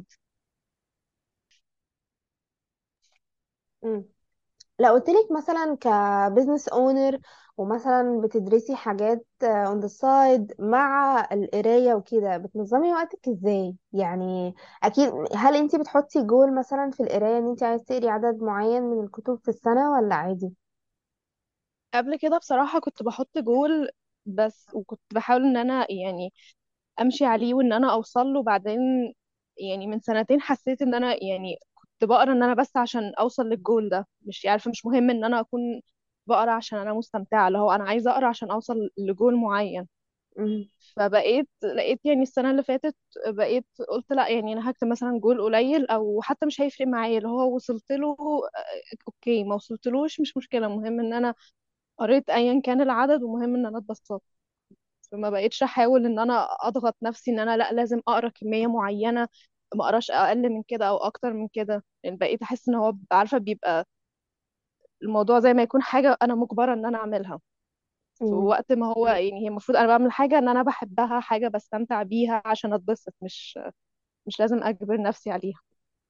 مم. لو قلت لك مثلا كبزنس اونر، ومثلا بتدرسي حاجات on the side مع القراية وكده، بتنظمي وقتك ازاي يعني؟ اكيد هل انتي بتحطي جول مثلا في القراية ان انتي عايز تقري عدد معين من الكتب في السنة ولا عادي؟ قبل كده بصراحة كنت بحط جول بس، وكنت بحاول ان انا يعني امشي عليه وان انا اوصل له. بعدين يعني من سنتين حسيت ان انا يعني كنت بقرا ان انا بس عشان اوصل للجول ده، مش عارفة، مش مهم ان انا اكون بقرا عشان انا مستمتعة، اللي هو انا عايزة اقرا عشان اوصل لجول معين. مم. لقيت يعني السنة اللي فاتت بقيت قلت لا، يعني انا هكتب مثلا جول قليل او حتى مش هيفرق معايا، اللي هو وصلت له اوكي، ما وصلتلوش مش مشكلة، المهم ان انا قريت ايا كان العدد، ومهم ان انا اتبسطت. فما بقيتش احاول ان انا اضغط نفسي ان انا لا لازم اقرا كميه معينه، ما اقراش اقل من كده او اكتر من كده، يعني بقيت احس ان هو عارفه بيبقى الموضوع زي ما يكون حاجه انا مجبره ان انا اعملها في مم. وقت ما هو يعني هي المفروض انا بعمل حاجه ان انا بحبها، حاجه بستمتع بيها عشان اتبسط، مش لازم اجبر نفسي عليها.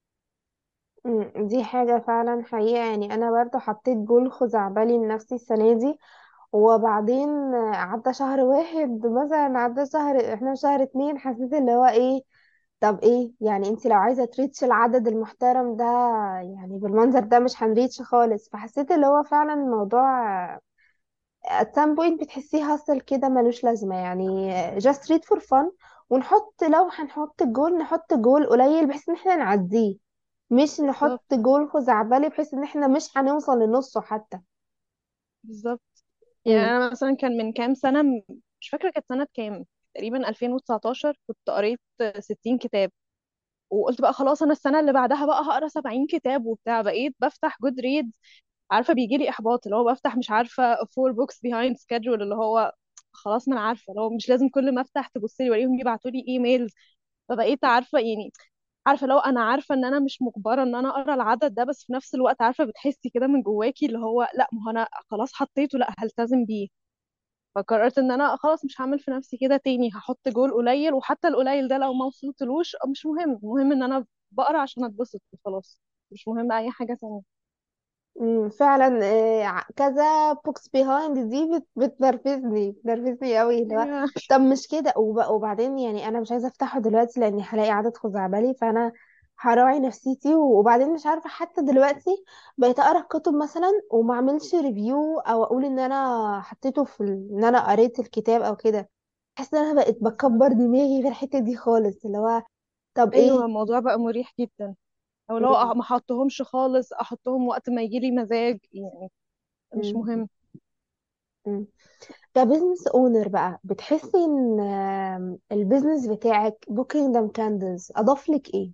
دي حاجة فعلا حقيقة. يعني أنا برضو حطيت جول خزعبلي لنفسي السنة دي، وبعدين عدى شهر واحد مثلا، عدى شهر، احنا في شهر اتنين، حسيت اللي هو ايه، طب ايه يعني؟ انت لو عايزة تريتش العدد المحترم ده يعني بالمنظر ده مش هنريتش خالص. فحسيت اللي هو فعلا الموضوع at some point بتحسيه هصل كده ملوش لازمة يعني. just read for fun، ونحط لو هنحط الجول نحط جول قليل بحيث ان احنا نعديه، مش نحط بالظبط. جول خزعبلي بحيث ان احنا مش هنوصل لنصه حتى. بالظبط. يعني امم. انا مثلا كان من كام سنه، مش فاكره كانت سنه كام، تقريبا 2019، كنت قريت 60 كتاب، وقلت بقى خلاص انا السنه اللي بعدها بقى هقرا 70 كتاب وبتاع. بقيت بفتح جود ريد، عارفه بيجي لي احباط، اللي هو بفتح مش عارفه فور بوكس بيهايند سكادجول، اللي هو خلاص ما انا عارفه، اللي هو مش لازم كل ما افتح تبص لي والاقيهم يبعتوا لي ايميلز. فبقيت عارفه يعني، عارفه لو انا عارفه ان انا مش مجبره ان انا اقرا العدد ده، بس في نفس الوقت عارفه بتحسي كده من جواكي اللي هو لا، ما هو انا خلاص حطيته، لا هلتزم بيه. فقررت ان انا خلاص مش هعمل في نفسي كده تاني، هحط جول قليل، وحتى القليل ده لو ما وصلتلوش مش مهم، المهم ان انا بقرا عشان اتبسط وخلاص، مش مهم اي حاجة تانية. فعلا. كذا بوكس بيهايند دي بتنرفزني قوي اللي هو، ايوه. طب مش كده وبعدين يعني انا مش عايزه افتحه دلوقتي لاني هلاقي عدد خزعبلي، فانا هراعي نفسيتي. وبعدين مش عارفه حتى دلوقتي بقيت اقرا كتب مثلا وما اعملش ريفيو او اقول ان انا حطيته في ان انا قريت الكتاب او كده. بحس ان انا بقيت بالظبط. بكبر دماغي في الحته دي خالص، اللي هو طب ايوه ايه. الموضوع بقى مريح جدا، او لو مم. ما احطهمش خالص، احطهم وقت ما يجي لي مزاج يعني، مش مم. مهم. مم. كبزنس اونر بقى، بتحسي ان البيزنس بتاعك بوكينجدم كاندلز اضاف لك ايه؟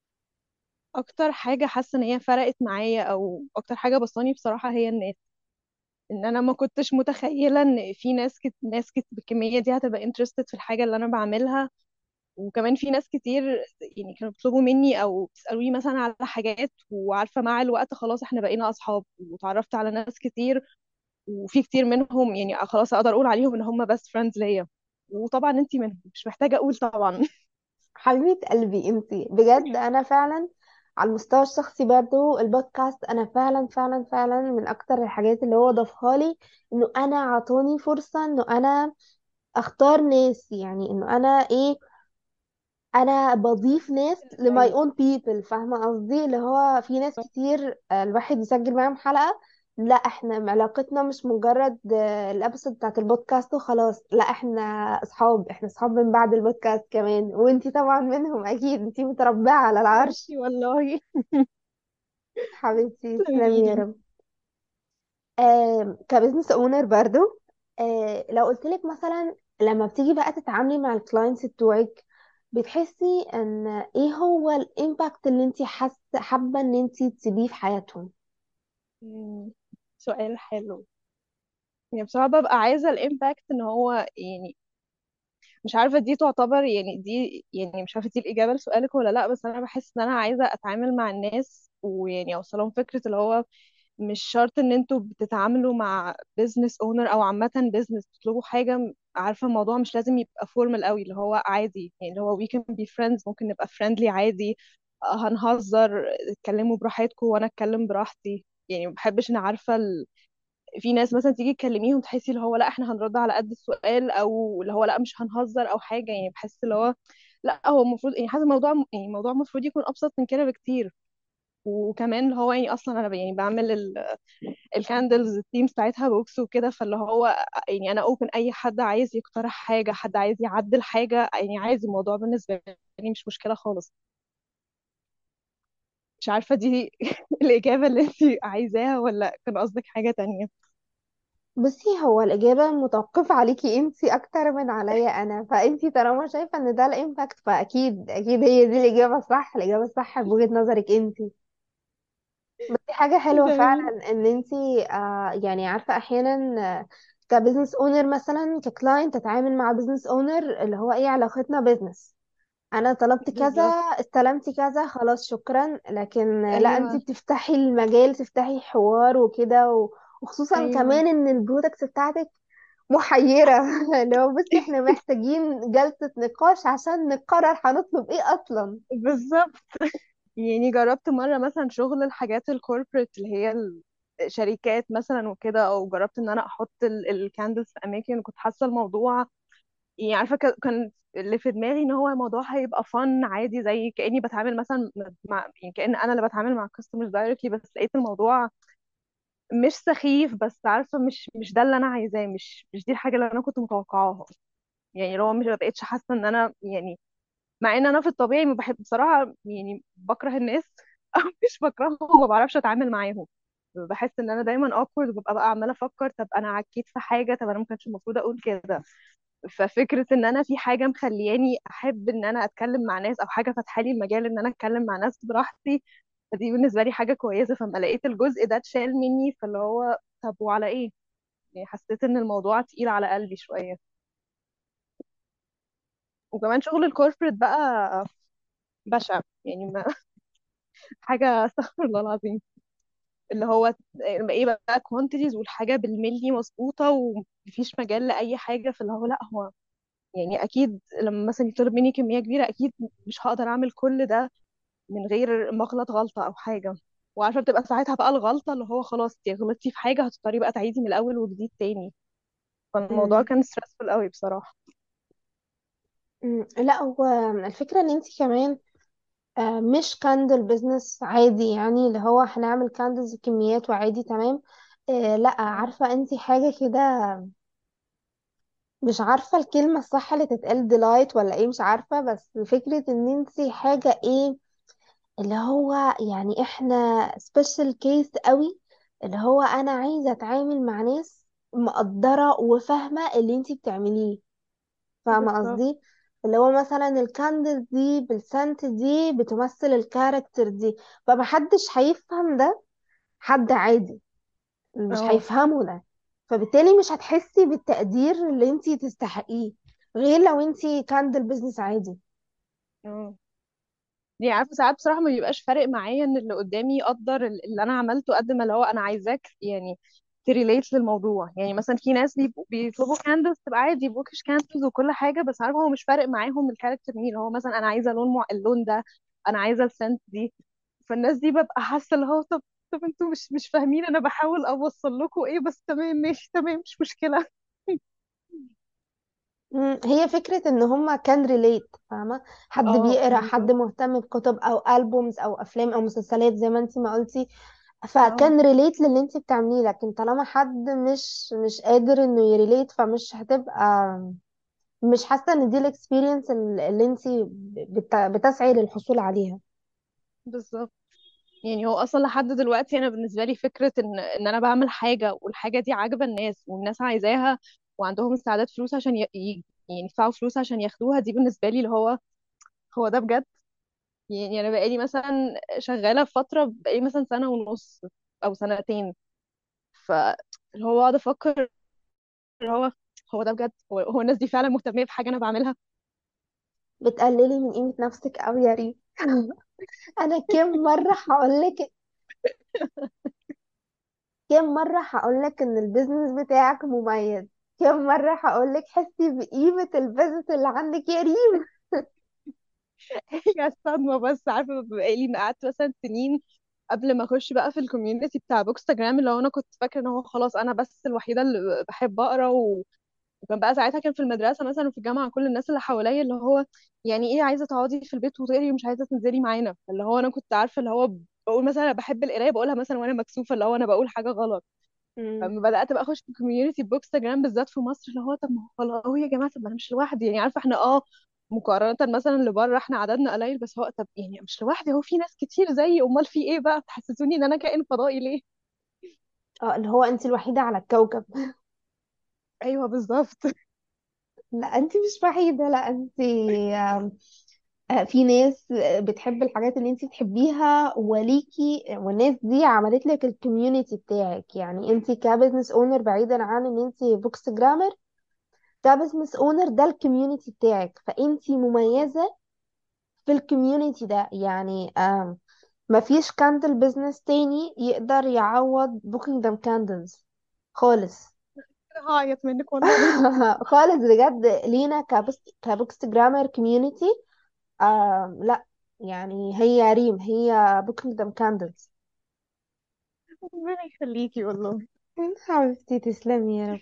اكتر حاجة حاسة ان هي فرقت معايا، او اكتر حاجة بسطاني بصراحة، هي الناس. ان انا ما كنتش متخيلة ان في ناس بالكمية دي هتبقى interested في الحاجة اللي انا بعملها. وكمان في ناس كتير يعني كانوا بيطلبوا مني او بيسألوني مثلا على حاجات، وعارفة مع الوقت خلاص احنا بقينا اصحاب، وتعرفت على ناس كتير، وفي كتير منهم يعني خلاص اقدر اقول عليهم ان هم بest friends ليا. وطبعا انتي منهم، مش محتاجة اقول طبعا. حبيبة قلبي انتي بجد. انا فعلا على المستوى الشخصي برضو البودكاست انا فعلا فعلا فعلا من اكتر الحاجات اللي هو ضافها لي، انه انا عطوني فرصة انه انا اختار ناس، يعني انه انا ايه، انا بضيف ناس لماي ايوه. اون بيبل، فاهمه قصدي؟ اللي هو في ناس كتير الواحد يسجل معاهم حلقه، لا احنا علاقتنا مش مجرد الابيسود بتاعت البودكاست وخلاص، لا احنا اصحاب، احنا اصحاب من بعد البودكاست كمان، وانتي طبعا منهم اكيد، انتي متربعه على العرش. حبيبتي والله. حبيبتي تسلمي يا تسلميلي. رب. كبزنس اونر برضو، لو قلتلك مثلا لما بتيجي بقى تتعاملي مع الكلاينتس بتوعك، بتحسي ان ايه هو الامباكت اللي انت حابه ان انت تسيبيه في حياتهم؟ مم. سؤال حلو. يعني بصراحة ببقى عايزة الامباكت ان هو يعني مش عارفة دي تعتبر يعني دي يعني مش عارفة دي الإجابة لسؤالك ولا لأ، بس أنا بحس إن أنا عايزة أتعامل مع الناس ويعني أوصلهم فكرة اللي هو مش شرط إن انتوا بتتعاملوا مع بيزنس اونر أو عامة بيزنس تطلبوا حاجة. عارفة الموضوع مش لازم يبقى فورمال قوي، اللي هو عادي يعني اللي هو we can be friends، ممكن نبقى friendly عادي. هنهزر، اتكلموا براحتكم وأنا أتكلم براحتي. يعني ما بحبش إن عارفة في ناس مثلا تيجي تكلميهم تحسي اللي هو لا احنا هنرد على قد السؤال، او اللي هو لا مش هنهزر او حاجه. يعني بحس اللي هو لا، هو المفروض يعني حاسه الموضوع يعني الموضوع المفروض يكون ابسط من كده بكتير. وكمان اللي هو يعني اصلا انا يعني بعمل الكاندلز الثيم بتاعتها بوكس وكده، فاللي هو يعني انا اوبن اي حد عايز يقترح حاجه، حد عايز يعدل حاجه، يعني عايز الموضوع بالنسبه لي مش مشكله خالص. مش عارفه دي الاجابه اللي انت عايزاها ولا كان قصدك حاجه تانية؟ بصي، هو الاجابه متوقفه عليكي انت اكتر من عليا انا، فانت طالما شايفه ان ده الامباكت فاكيد اكيد هي دي الاجابه الصح، الاجابه الصح بوجهه نظرك انت. بس دي حاجة حلوة جميل. فعلا ان انتي يعني عارفة احيانا كبزنس اونر مثلا ككلاينت تتعامل مع بزنس اونر اللي هو ايه، علاقتنا بزنس، انا طلبت كذا، بالظبط. استلمتي كذا، خلاص شكرا. لكن لا، انتي ايوه. بتفتحي المجال، تفتحي حوار وكده وخصوصا ايوه. كمان ان البرودكتس بتاعتك محيرة. اللي هو بصي احنا محتاجين جلسة نقاش عشان نقرر هنطلب ايه اصلا. بالظبط. يعني جربت مرة مثلا شغل الحاجات الكوربريت اللي هي الشركات مثلا وكده، او جربت ان انا احط الكاندلز في اماكن، وكنت حاسة الموضوع يعني عارفة كان اللي في دماغي ان هو الموضوع هيبقى فن عادي، زي كأني بتعامل مثلا مع يعني كأن انا اللي بتعامل مع كاستمرز دايركتلي، بس لقيت الموضوع مش سخيف. بس عارفة مش ده اللي انا عايزاه، مش دي الحاجة اللي انا كنت متوقعاها. يعني لو مش بقيتش حاسة ان انا يعني مع ان انا في الطبيعي ما بحب بصراحه، يعني بكره الناس او مش بكرههم، وما بعرفش اتعامل معاهم. بحس ان انا دايما awkward، وببقى بقى عماله افكر طب انا عكيت في حاجه، طب انا ما كانش المفروض اقول كده. ففكره ان انا في حاجه مخلياني احب ان انا اتكلم مع ناس، او حاجه فاتحه لي المجال ان انا اتكلم مع ناس براحتي، فدي بالنسبه لي حاجه كويسه. فلما لقيت الجزء ده اتشال مني، فاللي هو طب وعلى ايه؟ يعني حسيت ان الموضوع تقيل على قلبي شويه. وكمان شغل الكورporate بقى بشع يعني حاجة استغفر الله العظيم. اللي هو ايه بقى كوانتيتيز والحاجة بالملي مظبوطة، ومفيش مجال لأي حاجة. فاللي هو لا، هو يعني أكيد لما مثلا يطلب مني كمية كبيرة أكيد مش هقدر أعمل كل ده من غير ما أغلط غلطة أو حاجة. وعارفة بتبقى ساعتها بقى الغلطة اللي هو خلاص انتي غلطتي في حاجة هتضطري بقى تعيدي من الأول وجديد تاني. فالموضوع كان ستريسفول قوي بصراحة. لا، هو الفكرة ان انتي كمان مش كاندل بيزنس عادي، يعني اللي هو هنعمل كاندلز بكميات وعادي تمام. لا، مم. عارفة انتي حاجة كده، مش عارفة الكلمة الصح اللي تتقال ديلايت ولا ايه، مش عارفة، بس فكرة ان انتي حاجة ايه، اللي هو يعني احنا سبيشال كيس قوي، اللي هو انا عايزة اتعامل مع ناس مقدرة وفاهمة اللي انتي بتعمليه، فاهمة بالظبط. قصدي؟ اللي هو مثلا الكاندل دي بالسنت دي بتمثل الكاركتر دي، فمحدش هيفهم ده، حد عادي مش اه. هيفهمه ده، فبالتالي مش هتحسي بالتقدير اللي انتي تستحقيه، غير لو انتي كاندل بيزنس عادي. اه. يعني عارفه ساعات بصراحه ما بيبقاش فارق معايا ان اللي قدامي يقدر اللي انا عملته، قد ما اللي هو انا عايزاك يعني تريليت للموضوع. يعني مثلا في ناس بيطلبوا كاندلز تبقى عادي بوكش كاندلز وكل حاجه، بس عارفه هو مش فارق معاهم الكاركتر مين. هو مثلا انا عايزه اللون اللون ده، انا عايزه السنت دي. فالناس دي ببقى حاسه اللي هو طب انتوا مش فاهمين انا بحاول اوصل لكم ايه، بس تمام ماشي تمام مش مشكله. هي فكرة ان هما كان ريليت، فاهمة؟ حد اه بيقرأ، حد بالظبط. مهتم بكتب او ألبومز او افلام او مسلسلات زي ما انتي ما قلتي، اه فكان ريليت للي انتي بتعمليه. لكن طالما حد مش قادر انه يريليت، فمش هتبقى، مش حاسة ان دي الاكسبيرينس اللي انتي بتسعي للحصول عليها. بالظبط. يعني هو اصلا لحد دلوقتي انا بالنسبه لي فكره ان انا بعمل حاجه والحاجه دي عاجبه الناس والناس عايزاها وعندهم استعداد فلوس عشان يعني يدفعوا فلوس عشان ياخدوها، دي بالنسبه لي اللي هو ده بجد. يعني انا بقالي مثلا شغاله في فتره، بقالي مثلا سنه ونص او سنتين، فاللي هو اقعد افكر اللي هو ده بجد، هو الناس دي فعلا مهتميه بحاجه انا بعملها. بتقللي من قيمة نفسك قوي يا ريم. انا كم مرة هقولك ان البيزنس بتاعك مميز؟ كم مرة هقولك حسي بقيمة البيزنس اللي عندك يا ريم؟ هي الصدمه بس، عارفه بقالي ما قعدت مثلا سنين قبل ما اخش بقى في الكوميونتي بتاع بوكستجرام، اللي هو انا كنت فاكره ان هو خلاص انا بس الوحيده اللي بحب اقرا وكان بقى ساعتها كان في المدرسه مثلا وفي الجامعه كل الناس اللي حواليا اللي هو يعني ايه عايزه تقعدي في البيت وتقري ومش عايزه تنزلي معانا، اللي هو انا كنت عارفه اللي هو بقول مثلا انا بحب القرايه بقولها مثلا وانا مكسوفه اللي هو انا بقول حاجه غلط. مم. لما بدات بقى اخش في كوميونتي بوكستجرام بالذات في مصر اللي هو طب ما هو خلاص اهو يا جماعه، طب ما انا مش لوحدي، يعني عارفه احنا مقارنه مثلا اللي بره احنا عددنا قليل، بس هو طب يعني مش لوحدي، هو في ناس كتير زيي، امال في ايه بقى تحسسوني ان انا كائن فضائي ليه؟ اه، اللي هو انت الوحيدة على الكوكب. ايوه بالظبط. لا انت مش وحيدة، لا انت في ناس بتحب الحاجات اللي انت بتحبيها وليكي، والناس دي عملت لك الكوميونتي بتاعك. يعني انت كبزنس اونر، بعيدا عن ان انت بوكس جرامر، كبزنس اونر ده الكوميونتي بتاعك، فانت مميزة في الكوميونتي ده. يعني مفيش كاندل بزنس تاني يقدر يعوض بوكينجدام كاندلز خالص. هعيط منك والله. خالص بجد. لينا كبوكس جرامر كوميونتي، لا، يعني هي ريم، هي بوكينجدام كاندلز. ربنا يخليكي والله. حبيبتي تسلمي يا رب.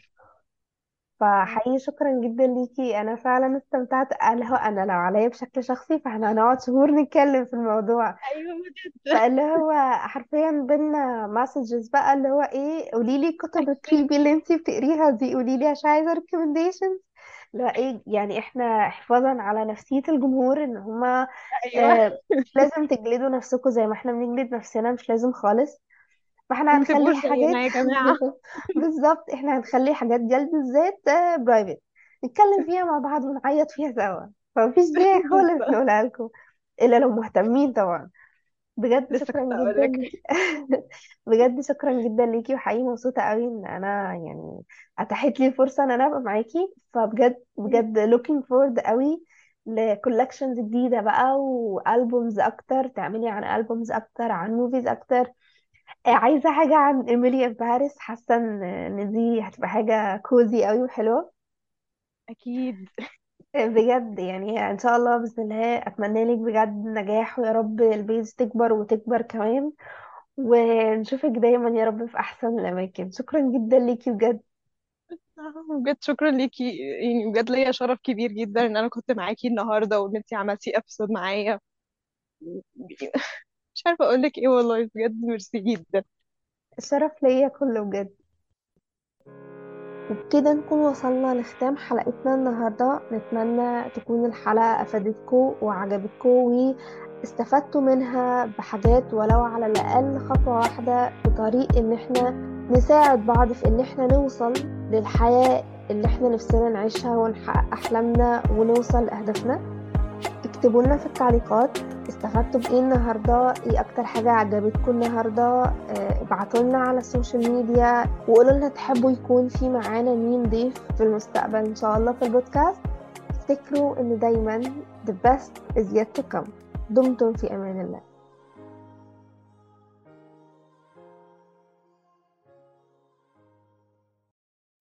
فحقيقي شكرا جدا ليكي، انا فعلا استمتعت. انا لو عليا بشكل شخصي فاحنا هنقعد شهور نتكلم في الموضوع. ايوه بجد. فاللي هو حرفيا بينا مسجز بقى، اللي هو ايه، قولي لي كتب اكيد. الكريبي اللي انتي بتقريها دي، قولي لي عشان عايزه ريكومنديشنز. اللي هو ايه، يعني احنا حفاظا على نفسية الجمهور ان هما ايوه. مش لازم تجلدوا نفسكم زي ما احنا بنجلد نفسنا، مش لازم خالص. فاحنا ما هنخلي تبقوش حاجات زينا يا جماعه. بالظبط، احنا هنخلي حاجات جلد الذات برايفت، نتكلم فيها مع بعض ونعيط فيها سوا، فمفيش داعي خالص بالظبط. نقولها لكم الا لو مهتمين طبعا. بجد لسه شكرا كنت اقول جدا لك. ليكي. بجد شكرا جدا ليكي، وحقيقي مبسوطة قوي ان انا يعني اتاحت لي الفرصة ان انا ابقى معاكي. فبجد بجد looking forward قوي لكولكشنز جديدة بقى، والبومز اكتر، تعملي عن البومز اكتر، عن موفيز اكتر. عايزة حاجة عن ايميلي في باريس، حاسة ان دي هتبقى حاجة كوزي قوي وحلوة. اكيد. بجد يعني ان شاء الله باذن الله اتمنى لك بجد نجاح، ويا رب البيز تكبر وتكبر كمان، ونشوفك دايما يا رب في احسن الاماكن. شكرا جدا ليكي بجد. بجد شكرا ليكي، يعني بجد ليا شرف كبير جدا ان انا كنت معاكي النهارده وان انتي عملتي ابسود معايا. مش عارفه اقول لك ايه والله، بجد ميرسي جدا. الشرف ليا كله بجد. وبكده نكون وصلنا لختام حلقتنا النهاردة. نتمنى تكون الحلقة أفادتكم وعجبتكم واستفدتوا منها بحاجات، ولو على الأقل خطوة واحدة في طريق إن احنا نساعد بعض في إن احنا نوصل للحياة اللي احنا نفسنا نعيشها ونحقق أحلامنا ونوصل لأهدافنا. اكتبوا لنا في التعليقات استفدتوا بايه النهارده، ايه اكتر حاجه عجبتكم النهارده. ابعتوا لنا على السوشيال ميديا وقولوا لنا تحبوا يكون في معانا مين ضيف في المستقبل ان شاء الله في البودكاست. افتكروا ان دايما the best is yet to come. دمتم في امان الله.